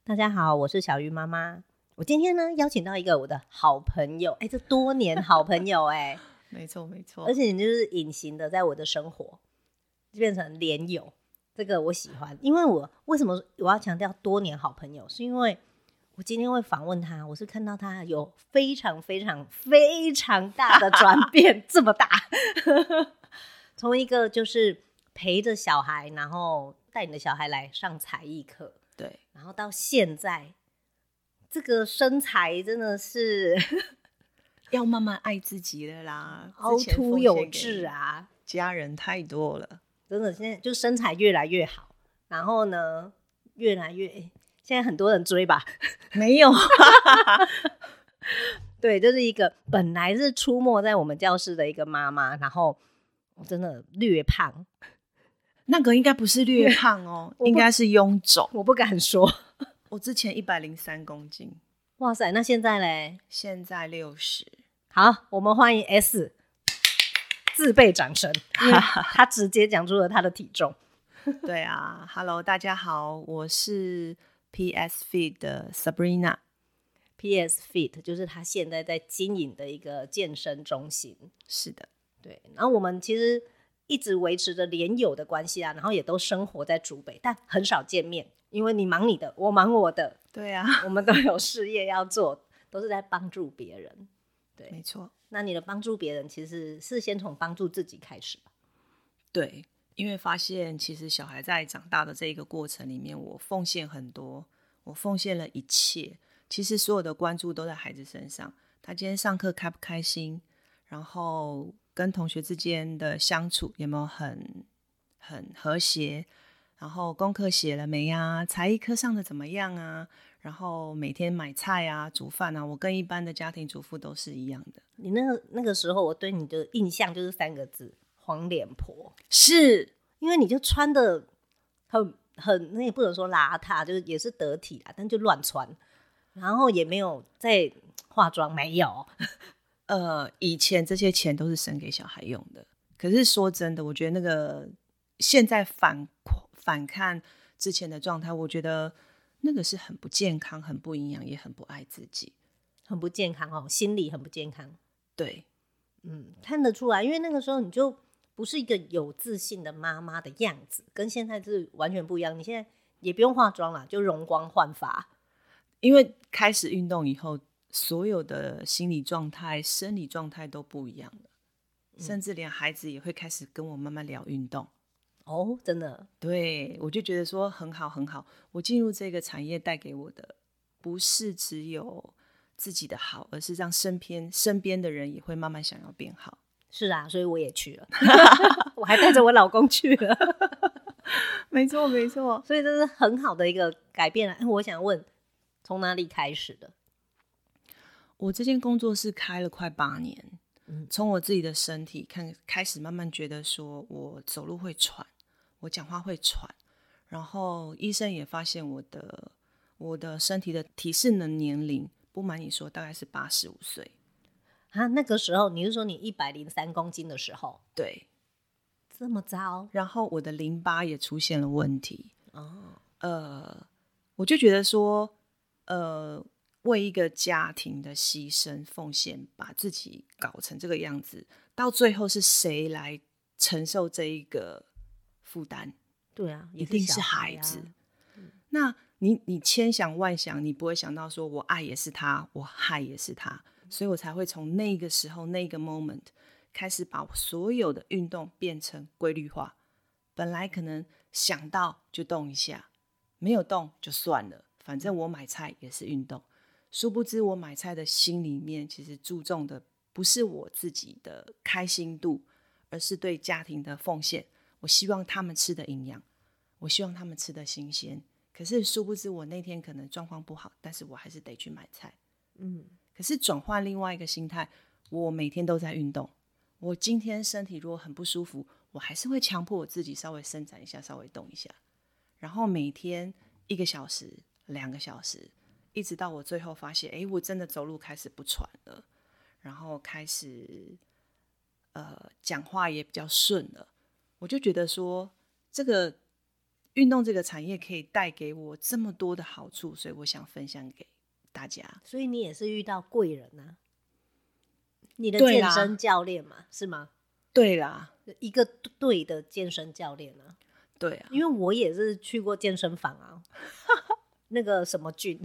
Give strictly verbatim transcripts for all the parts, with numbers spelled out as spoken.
大家好，我是小鱼妈妈。我今天呢邀请到一个我的好朋友，哎，这多年好朋友哎， 没错没错， 而且你就是隐形的在我的生活，就变成连友，这个我喜欢。因为我为什么我要强调多年好朋友，是因为我今天会访问他，我是看到他有非常非常非常大的转变，这么大，从一个就是陪着小孩，然后带你的小孩来上才艺课。 对， 然后到现在这个身材真的是要慢慢爱自己了啦， 凹凸有致啊， 家人太多了， 真的现在就身材越来越好，然后呢越来越现在很多人追吧， 没有对，就是一个本来是出没在我们教室的一个妈妈，然后真的略胖， 那个应该不是略胖哦应该是臃肿， 我不敢说。 我之前一百零三公斤， 哇塞，那现在嘞？ 现在六十。 好，我们欢迎 S， 自备掌声，因为他直接讲出了他的体重。 对啊 ，Hello， 大家好，我是 P S Fit 的 Sabrina。P S Fit 就是他现在在经营的一个健身中心。 是的， 对。然后我们其实一直维持着连友的关系啊，然后也都生活在竹北，但很少见面，因为你忙你的，我忙我的。 对啊， 我们都有事业要做，都是在帮助别人。对， 没错。 那你的帮助别人其实是先从帮助自己开始吧？ 对，因为发现其实小孩在长大的这一个过程里面，我奉献很多，我奉献了一切，其实所有的关注都在孩子身上。他今天上课开不开心，然后跟同学之间的相处有没有很很和谐，然后功课写了没啊，才艺课上的怎么样啊，然后每天买菜啊煮饭啊，我跟一般的家庭主妇都是一样的。 你那个那个时候我对你的印象就是三个字，黄脸婆。 是因为你就穿的很很那也不能说邋遢，就是也是得体啦，但就乱穿，然后也没有在化妆，没有。 呃，以前这些钱都是省给小孩用的，可是说真的，我觉得那个现在反反看之前的状态，我觉得那个是很不健康、很不营养，也很不爱自己， 很不健康哦，心理很不健康。 对， 嗯，看得出来，因为那个时候你就不是一个有自信的妈妈的样子，跟现在是完全不一样。你现在也不用化妆啦，就容光焕发。 因为开始运动以后，所有的心理状态、生理状态都不一样了，嗯、甚至连孩子也会开始跟我慢慢聊运动。 哦，真的？ 对，我就觉得说很好很好。我进入这个产业带给我的，不是只有自己的好，而是让身边身边的人也会慢慢想要变好。 是啊，所以我也去了，我还带着我老公去了。 没错没错， 所以这是很好的一个改变。我想问，从哪里开始的？ 我这间工作室开了快八年， 嗯、 从我自己的身体看开始，慢慢觉得说我走路会喘，我讲话会喘，然后医生也发现我的我的身体的体适能年龄，不瞒你说，大概是八十五岁。 啊，那个时候你是说你一百零三公斤的时候？ 对， 这么糟。 然后我的淋巴也出现了问题。 哦， 呃，我就觉得说，呃，为一个家庭的牺牲奉献，把自己搞成这个样子，到最后是谁来承受这一个负担？ 对啊， 一定是孩子。嗯、那你你千想万想，你不会想到说我爱也是他，我害也是他，所以我才会从那个时候那个 moment 开始把所有的运动变成规律化。本来可能想到就动一下，没有动就算了，反正我买菜也是运动。殊不知我买菜的心里面其实注重的不是我自己的开心度，而是对家庭的奉献。我希望他们吃的营养，我希望他们吃的新鲜。可是殊不知我那天可能状况不好，但是我还是得去买菜。嗯，可是转换另外一个心态，我每天都在运动。我今天身体如果很不舒服，我还是会强迫我自己稍微伸展一下，稍微动一下。然后每天一个小时、两个小时，一直到我最后发现，哎，我真的走路开始不喘了，然后开始呃讲话也比较顺了。我就觉得说，这个运动这个产业可以带给我这么多的好处，所以我想分享给大家。 所以你也是遇到贵人啊，你的对啦健身教练嘛，是吗？ 对啦， 一个对的健身教练啊， 对啊， 因为我也是去过健身房啊，那个什么俊，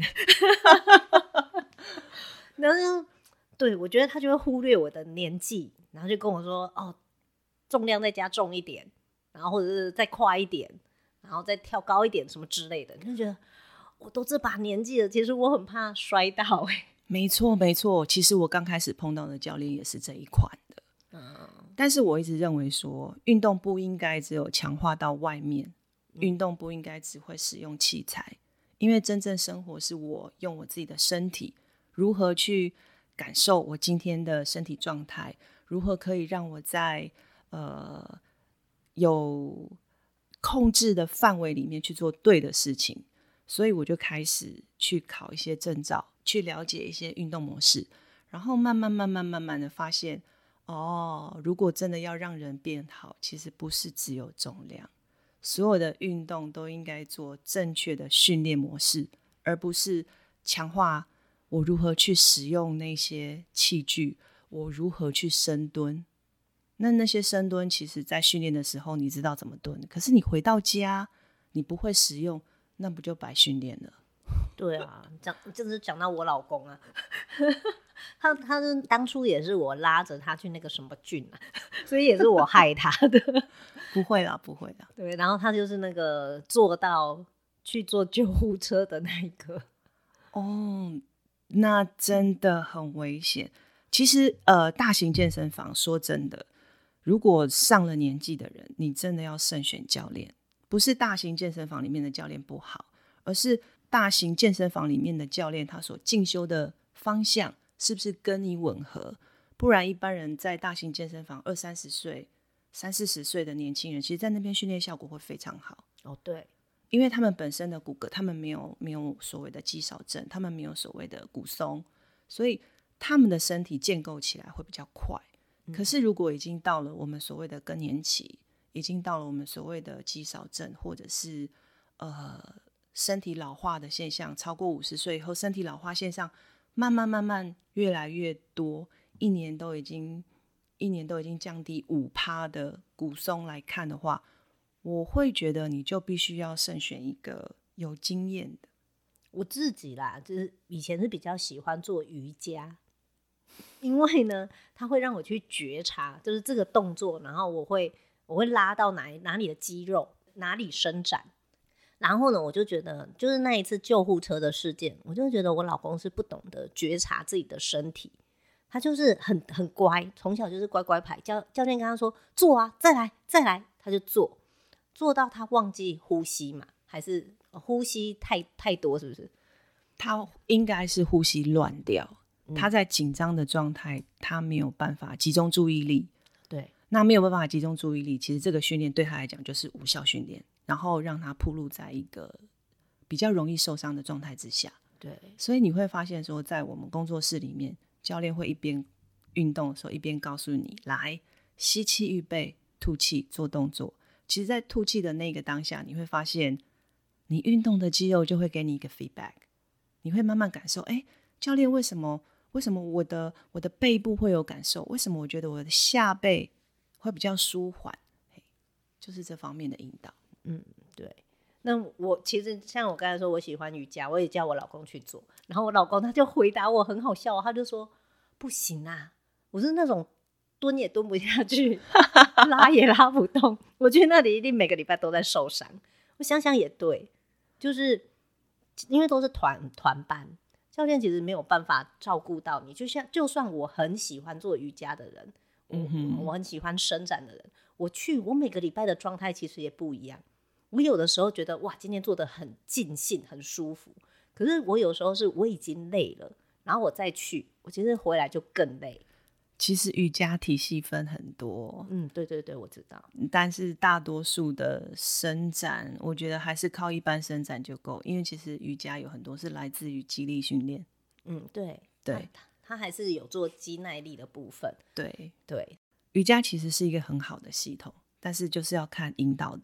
然后对我觉得他就会忽略我的年纪，然后就跟我说哦，重量再加重一点，然后或者是再快一点，然后再跳高一点什么之类的，你就觉得我都这把年纪了，其实我很怕摔到欸。 没错没错，其实我刚开始碰到的教练也是这一款的。嗯，但是我一直认为说，运动不应该只有强化到外面，运动不应该只会使用器材，因为真正生活是我用我自己的身体如何去感受我今天的身体状态，如何可以让我在呃有控制的范围里面去做对的事情。所以我就开始去考一些证照，去了解一些运动模式，然后慢慢慢慢慢慢的发现，哦，如果真的要让人变好，其实不是只有重量，所有的运动都应该做正确的训练模式，而不是强化我如何去使用那些器具，我如何去深蹲。那那些深蹲其实在训练的时候你知道怎么蹲，可是你回到家你不会使用，那不就白训练了？ 对啊，讲就是讲到我老公啊，他他是当初也是我拉着他去那个什么郡啊，所以也是我害他的。 不会啦，不会啦。 对，然后他就是那个坐到去坐救护车的那一个。 哦，那真的很危险。其实呃，大型健身房说真的，如果上了年纪的人，你真的要慎选教练。不是大型健身房里面的教练不好，而是大型健身房里面的教练他所进修的方向是不是跟你吻合。不然一般人在大型健身房二三十岁三四十岁的年轻人，其实在那边训练效果会非常好。 哦，对， 因为他们本身的骨骼，他们没有没有所谓的肌少症，他们没有所谓的骨松，所以他们的身体建构起来会比较快。嗯、可是如果已经到了我们所谓的更年期，已经到了我们所谓的肌少症，或者是呃身体老化的现象，超过五十岁以后，身体老化现象慢慢慢慢越来越多，一年都已经一年都已经降低五趴的骨松来看的话，我会觉得你就必须要慎选一个有经验的。 我自己啦，就是以前是比较喜欢做瑜伽，因为呢，它会让我去觉察，就是这个动作，然后我会我会拉到哪哪里的肌肉，哪里伸展。然后呢，我就觉得，就是那一次救护车的事件，我就觉得我老公是不懂得觉察自己的身体，他就是很很乖，从小就是乖乖牌。教教练跟他说做啊，再来再来，他就做，做到他忘记呼吸嘛，还是呼吸太太多，是不是？ 他应该是呼吸乱掉，嗯、他在紧张的状态，他没有办法集中注意力。 对， 那没有办法集中注意力，其实这个训练对他来讲就是无效训练，然后让他暴露在一个比较容易受伤的状态之下。 对， 所以你会发现说，在我们工作室里面，教练会一边运动的时候，一边告诉你，来吸气预备，吐气做动作。其实在吐气的那个当下，你会发现你运动的肌肉就会给你一个 feedback， 你会慢慢感受，哎，教练为什么为什么我的我的背部会有感受？为什么我觉得我的下背会比较舒缓？就是这方面的引导。 嗯，对。那我其实像我刚才说，我喜欢瑜伽，我也叫我老公去做。然后我老公他就回答我很好笑，他就说不行啊，我是那种蹲也蹲不下去，拉也拉不动，我去那里一定每个礼拜都在受伤。我想想也对，就是因为都是团团班，教练其实没有办法照顾到你。就像就算我很喜欢做瑜伽的人，嗯哼，我很喜欢伸展的人，我去我每个礼拜的状态其实也不一样。我有的时候觉得哇，今天做得很尽兴，很舒服。可是我有时候是我已经累了，然后我再去，我其实回来就更累。 其实瑜伽体系分很多， 嗯，对对对，我知道。 但是大多数的伸展，我觉得还是靠一般伸展就够，因为其实瑜伽有很多是来自于肌力训练。 嗯，对对， 它, 它还是有做肌耐力的部分。 对对， 瑜伽其实是一个很好的系统，但是就是要看引导的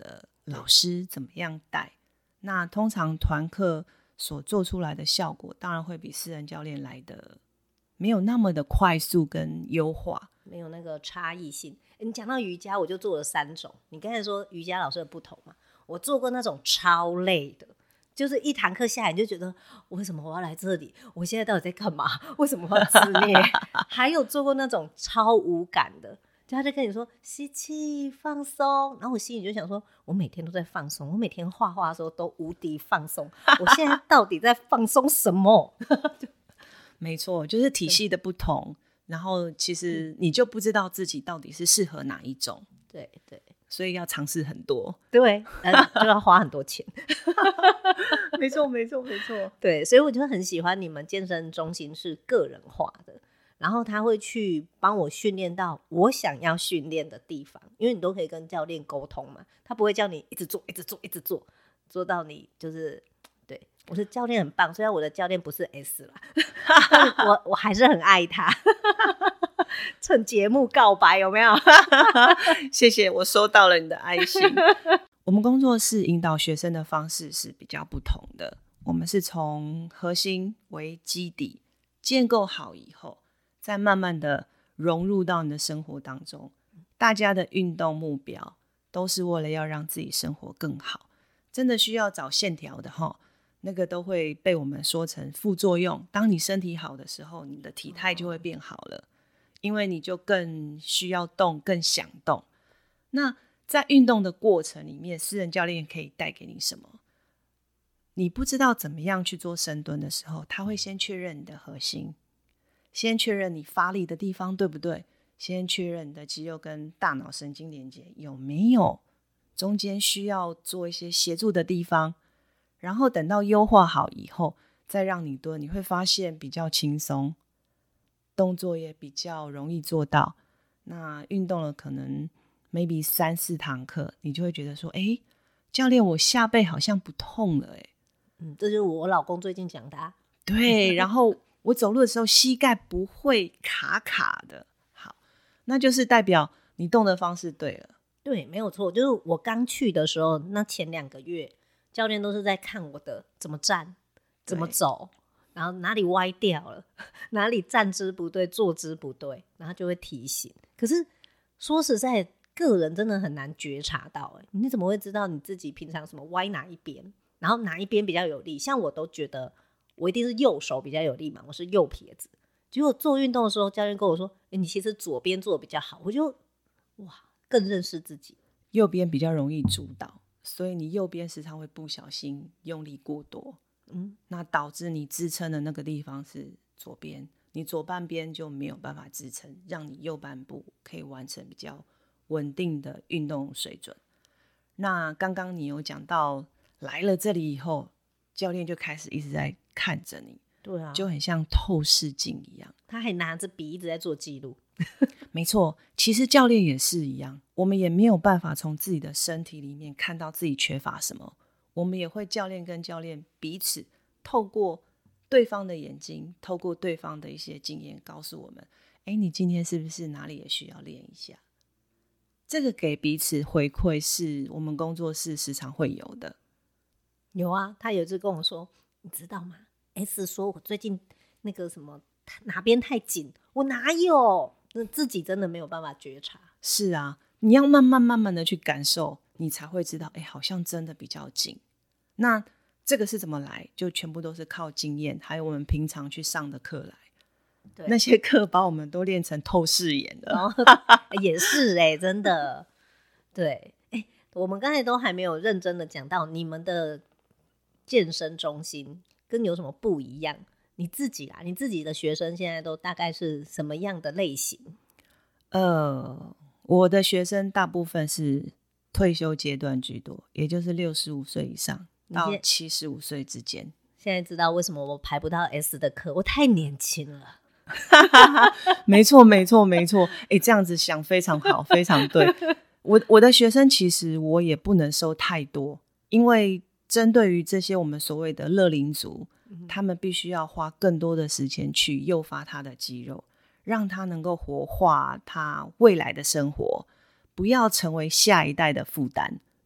老师怎么样带。那通常团课所做出来的效果当然会比私人教练来的没有那么的快速跟优化， 没有那个差异性。你讲到瑜伽，我就做了三种。你刚才说瑜伽老师的不同嘛，我做过那种超累的，就是一堂课下来你就觉得为什么我要来这里，我现在到底在干嘛，为什么我要自虐还有做过那种超无感的，就他就跟你说吸气放松，然后我心里就想说我每天都在放松，我每天画画的时候都无敌放松，我现在到底在放松什么没错，就是体系的不同，然后其实你就不知道自己到底是适合哪一种。 对对， 所以要尝试很多。 对、呃、就要花很多钱没错没错没错。 对，所以我就很喜欢你们健身中心是个人化的，然后他会去帮我训练到我想要训练的地方，因为你都可以跟教练沟通嘛，他不会叫你一直做一直做一直做做到你就是对，我的教练很棒，虽然我的教练不是 S 啦但是我我还是很爱他趁节目告白有没有谢谢，我收到了你的爱心我们工作室引导学生的方式是比较不同的，我们是从核心为基底建构好以后，再慢慢的融入到你的生活当中。大家的运动目标都是为了要让自己生活更好，真的需要找线条的齁，那个都会被我们说成副作用。当你身体好的时候，你的体态就会变好了，因为你就更需要动，更想动。那在运动的过程里面，私人教练可以带给你什么？你不知道怎么样去做深蹲的时候，他会先确认你的核心，先确认你发力的地方对不对，先确认你的肌肉跟大脑神经连接有没有中间需要做一些协助的地方，然后等到优化好以后再让你蹲，你会发现比较轻松，动作也比较容易做到。那运动了可能 maybe 三四堂课，你就会觉得说，诶，教练我下背好像不痛了诶。 嗯，这就是我老公最近讲的啊。 对，然后我走路的时候膝盖不会卡卡的。好，那就是代表你动的方式对了。 对，没有错，就是我刚去的时候，那前两个月教练都是在看我的怎么站怎么走，然后哪里歪掉了，哪里站姿不对坐姿不对，然后就会提醒。可是说实在，个人真的很难觉察到，你怎么会知道你自己平常什么歪哪一边，然后哪一边比较有力？像我都觉得我一定是右手比较有力嘛，我是右撇子，结果做运动的时候教练跟我说，欸，你其实左边做的比较好，我就哇更认识自己。 右边比较容易主导，所以你右边时常会不小心用力过多，嗯，那导致你支撑的那个地方是左边，你左半边就没有办法支撑，让你右半部可以完成比较稳定的运动水准。那刚刚你有讲到来了这里以后，教练就开始一直在看着你， 对啊， 就很像透视镜一样， 他还拿着笔一直在做记录没错，其实教练也是一样，我们也没有办法从自己的身体里面看到自己缺乏什么，我们也会教练跟教练彼此透过对方的眼睛，透过对方的一些经验告诉我们，诶，你今天是不是哪里也需要练一下？这个给彼此回馈是我们工作室时常会有的。 有啊，他有一次跟我说，你知道吗 S 说我最近那个什么哪边太紧，我哪有，自己真的没有办法觉察。 是啊，你要慢慢慢慢的去感受，你才会知道，哎，好像真的比较紧。那这个是怎么来？就全部都是靠经验，还有我们平常去上的课来。对，那些课把我们都练成透视眼了。 也是哎、欸，真的。对，哎、欸，我们刚才都还没有认真的讲到你们的健身中心跟有什么不一样。你自己啦，你自己的学生现在都大概是什么样的类型？ 呃，我的学生大部分是退休阶段居多，也就是六十五岁以上到七十五岁之间。 现在知道为什么我排不到 S 的课，我太年轻了。 没错没错没错，欸，这样子想非常好，非常对。我我的学生其实我也不能收太多，因为针对于这些我们所谓的乐龄族，他们必须要花更多的时间去诱发他的肌肉，让他能够活化他未来的生活，不要成为下一代的负担。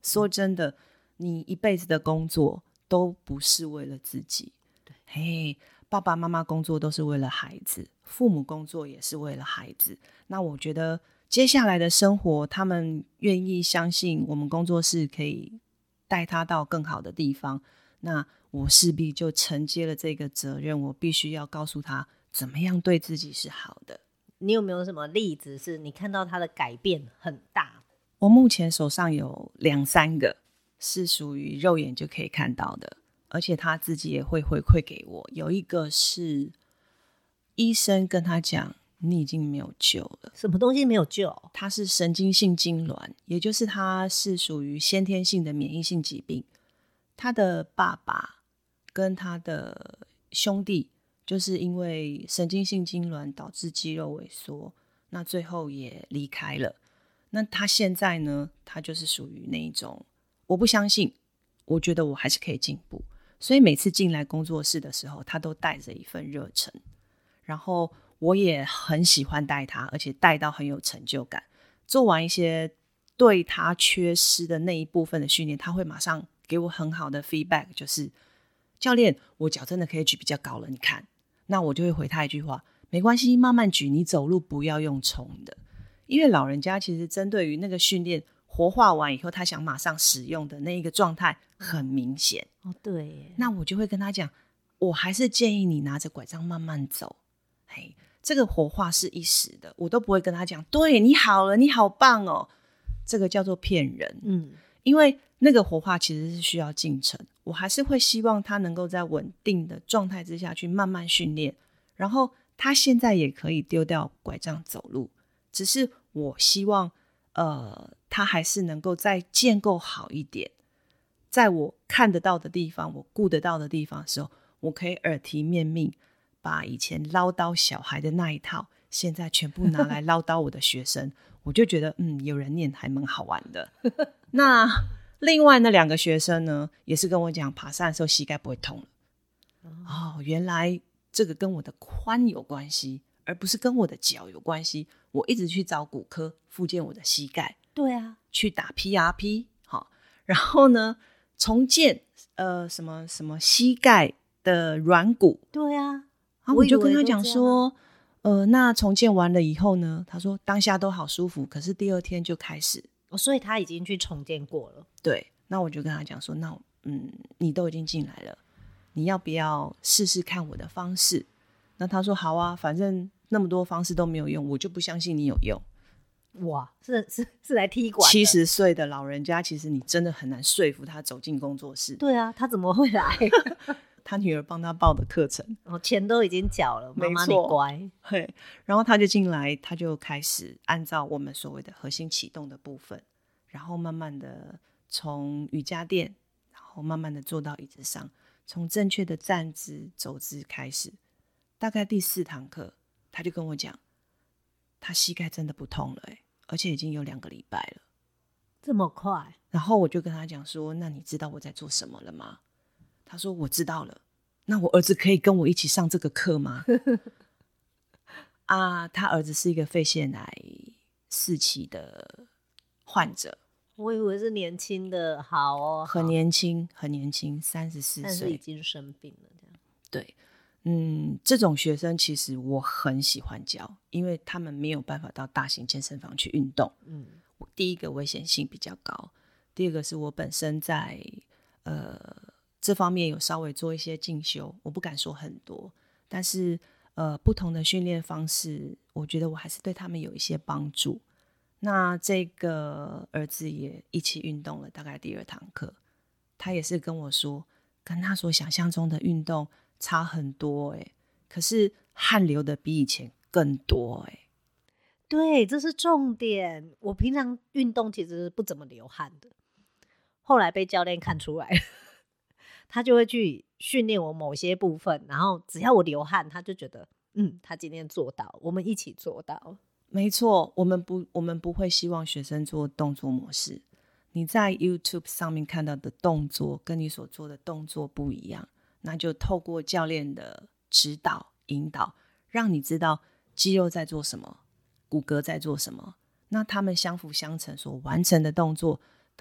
说真的，你一辈子的工作都不是为了自己。对，嘿，爸爸妈妈工作都是为了孩子，父母工作也是为了孩子。那我觉得接下来的生活，他们愿意相信我们工作室可以带他到更好的地方，那我势必就承接了这个责任，我必须要告诉他怎么样对自己是好的。 你有没有什么例子是你看到他的改变很大？ 我目前手上有两三个是属于肉眼就可以看到的，而且他自己也会回馈给我。有一个是医生跟他讲，你已经没有救了。 什么东西没有救？ 他是神经性痉挛，也就是他是属于先天性的免疫性疾病。他的爸爸跟他的兄弟就是因为神经性痉挛导致肌肉萎缩，那最后也离开了。那他现在呢，他就是属于那一种我不相信，我觉得我还是可以进步，所以每次进来工作室的时候，他都带着一份热忱，然后我也很喜欢带他，而且带到很有成就感。做完一些对他缺失的那一部分的训练，他会马上给我很好的 feedback， 就是教练，我脚真的可以举比较高了，你看。那我就会回他一句话，没关系，慢慢举，你走路不要用冲的。因为老人家其实针对于那个训练活化完以后，他想马上使用的那一个状态很明显。 哦，对耶。 那我就会跟他讲，我还是建议你拿着拐杖慢慢走。嘿，这个活化是一时的，我都不会跟他讲，对，你好了，你好棒哦。这个叫做骗人。嗯，因为那个活化其实是需要进程，我还是会希望他能够在稳定的状态之下去慢慢训练，然后他现在也可以丢掉拐杖走路，只是我希望呃，他还是能够再建构好一点，在我看得到的地方，我顾得到的地方的时候，我可以耳提面命，把以前唠叨小孩的那一套现在全部拿来唠叨我的学生。我就觉得嗯，有人念还蛮好玩的。那另外那两个学生呢，也是跟我讲爬山的时候膝盖不会痛了。哦，原来这个跟我的髋有关系，而不是跟我的脚有关系。我一直去找骨科复健我的膝盖， 对啊， 去打 P R P， 好，然后呢重建呃什么什么膝盖的软骨， 对啊， 然后我就跟他讲说，呃，那重建完了以后呢，他说当下都好舒服，可是第二天就开始， 哦，所以他已经去重建过了。 对，那我就跟他讲说，那嗯，你都已经进来了，你要不要试试看我的方式？那他说好啊，反正那么多方式都没有用，我就不相信你有用。 哇，是是是来踢馆的。 七十岁的老人家，其实你真的很难说服他走进工作室。 对啊，他怎么会来？ 他女儿帮他报的课程， 哦，钱都已经缴了，妈妈你乖。 对，然后他就进来，他就开始按照我们所谓的核心启动的部分，然后慢慢的从瑜伽垫，然后慢慢的坐到椅子上，从正确的站姿走姿开始。大概第四堂课，他就跟我讲，他膝盖真的不痛了，而且已经有两个礼拜了。 这么快？ 然后我就跟他讲说，那你知道我在做什么了吗？他说我知道了。那我儿子可以跟我一起上这个课吗？啊，他儿子是一个肺腺癌四期的患者。 我以为是年轻的。好哦， 很年轻很年轻，三十四岁， 但是已经生病了这样。 对，嗯，这种学生其实我很喜欢教，因为他们没有办法到大型健身房去运动。嗯，第一个危险性比较高，第二个是我本身在呃这方面有稍微做一些进修，我不敢说很多，但是呃不同的训练方式，我觉得我还是对他们有一些帮助。那这个儿子也一起运动了，大概第二堂课，他也是跟我说，跟他所想象中的运动差很多欸，可是汗流的比以前更多欸。 对，这是重点。我平常运动其实不怎么流汗的，后来被教练看出来了，他就会去训练我某些部分，然后只要我流汗，他就觉得嗯，他今天做到，我们一起做到。 没错，我们不我们不会希望学生做动作模式。你在 YouTube 上面看到的动作跟你所做的动作不一样，那就透过教练的指导引导，让你知道肌肉在做什么，骨骼在做什么，那他们相辅相成所完成的动作，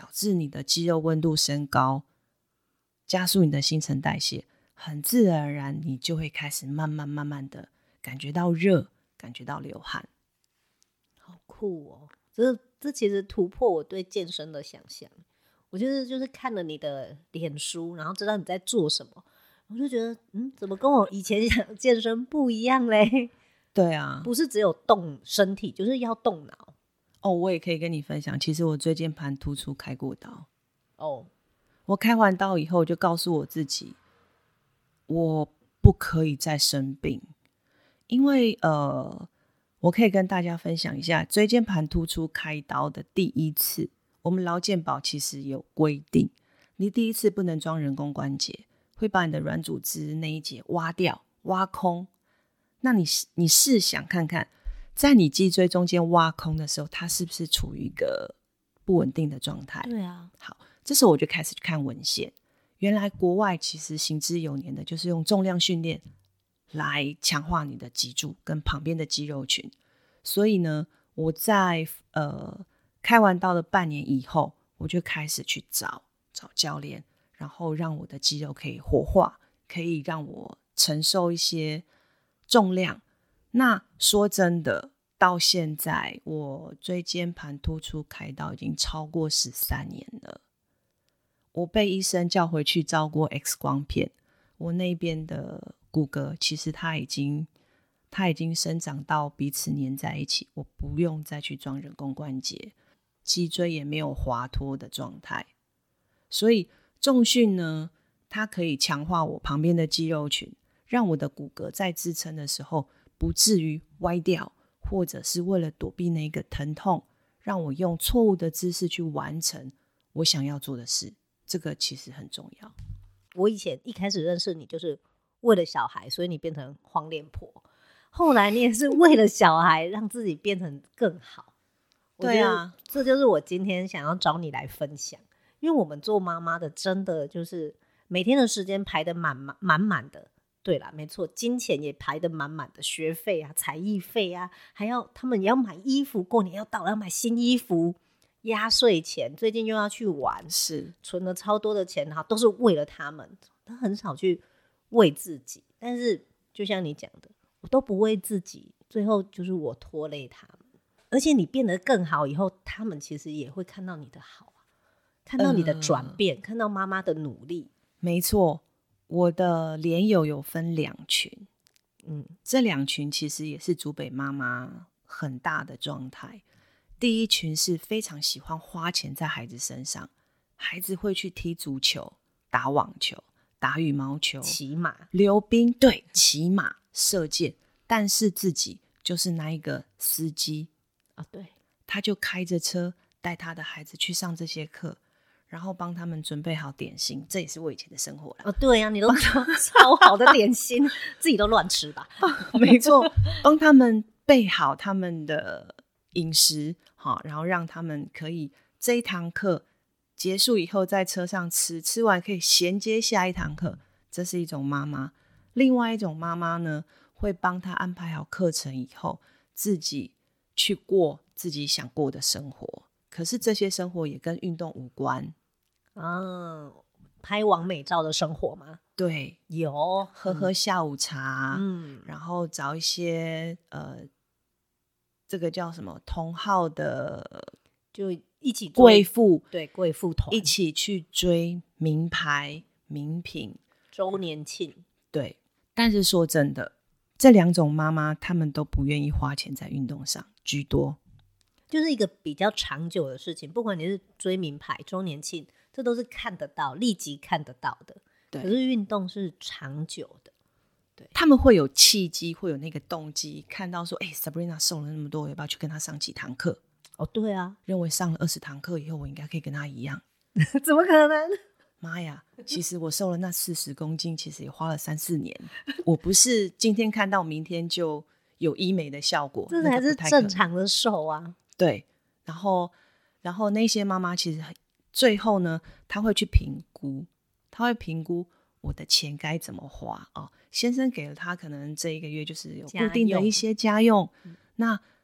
导致你的肌肉温度升高，加速你的新陈代谢，很自然而然你就会开始慢慢慢慢的感觉到热，感觉到流汗。 好酷哦，这这其实突破我对健身的想象。我就是就是看了你的脸书，然后知道你在做什么，我就觉得嗯，怎么跟我以前想健身不一样嘞？ 对啊， 不是只有动身体，就是要动脑。 哦，我也可以跟你分享，其实我椎间盘突出开过刀。 哦， 我开完刀以后就告诉我自己，我不可以再生病，因为呃，我可以跟大家分享一下椎间盘突出开刀的第一次，我们劳健保其实有规定，你第一次不能装人工关节，会把你的软组织那一节挖掉挖空。那你你试想看看，在你脊椎中间挖空的时候，它是不是处于一个不稳定的状态？ 对啊。 好，这时候我就开始去看文献，原来国外其实行之有年的就是用重量训练来强化你的脊柱跟旁边的肌肉群。所以呢，我在呃开完刀的半年以后，我就开始去找找教练，然后让我的肌肉可以活化，可以让我承受一些重量。那说真的，到现在我椎间盘突出开刀已经超过十三年了。我被医生叫回去照过 X 光片，我那边的骨骼其实它已经它已经生长到彼此粘在一起，我不用再去装人工关节，脊椎也没有滑脱的状态。所以重训呢，它可以强化我旁边的肌肉群，让我的骨骼在支撑的时候不至于歪掉，或者是为了躲避那个疼痛，让我用错误的姿势去完成我想要做的事，这个其实很重要。 我以前一开始认识你就是为了小孩，所以你变成黄脸婆，后来你也是为了小孩让自己变成更好。 对啊， 这就是我今天想要找你来分享，因为我们做妈妈的真的就是每天的时间排得满满满的。对啦，没错，金钱也排得满满的，学费啊、才艺费啊，还要他们也要买衣服，过年要到了要买新衣服，压岁钱，最近又要去玩， 是存了超多的钱，然后都是为了他们，他很少去为自己。但是就像你讲的，我都不为自己，最后就是我拖累他们。而且你变得更好以后，他们其实也会看到你的好，看到你的转变，呃、看到妈妈的努力。 没错，我的连友有分两群，嗯，这两群其实也是竹北妈妈很大的状态。第一群是非常喜欢花钱在孩子身上，孩子会去踢足球、打网球、打羽毛球、 骑马、 溜冰，对，骑马、射箭，但是自己就是那一个司机啊，对， 他就开着车带他的孩子去上这些课，然后帮他们准备好点心，这也是我以前的生活啦。 哦，对啊，你都超好的点心，自己都乱吃吧？ 没错，帮他们备好他们的饮食，然后让他们可以这一堂课结束以后在车上吃，吃完可以衔接下一堂课，这是一种妈妈。另外一种妈妈呢，会帮他安排好课程以后，自己去过自己想过的生活，可是这些生活也跟运动无关。 啊，拍完美照的生活吗？ 对， 有喝喝下午茶， 嗯， 然后找一些呃，这个叫什么同号的， 就一起贵妇， 对，贵妇团一起去追名牌名品周年庆。 对，但是说真的，这两种妈妈她们都不愿意花钱在运动上居多， 就是一个比较长久的事情。不管你是追名牌、周年庆，这都是看得到、立即看得到的。 对， 可是运动是长久的。对， 他们会有契机，会有那个动机，看到说，哎、欸、，Sabrina 瘦了那么多，我要不要去跟她上几堂课？ 哦，对啊， 认为上了二十堂课以后，我应该可以跟她一样。 怎么可能？ 妈呀！其实我瘦了那四十公斤，其实也花了三四年。我不是今天看到明天就有医美的效果， 这才是正常的瘦啊。 对，然后，然后那些妈妈其实最后呢，她会去评估，她会评估我的钱该怎么花哦。先生给了她可能这一个月就是有固定的一些家用，嗯、那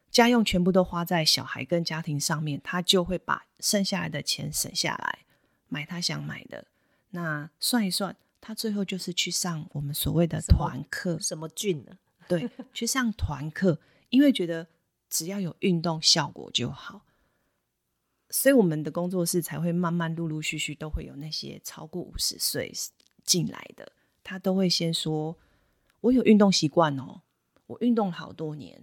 家用全部都花在小孩跟家庭上面，他就会把剩下来的钱省下来买他想买的。那算一算，他最后就是去上我们所谓的团课。 什么菌呢？ 对，去上团课，因为觉得只要有运动效果就好，所以我们的工作室才会慢慢陆陆续续都会有那些超过五十岁进来的，他都会先说我有运动习惯哦，我运动了好多年，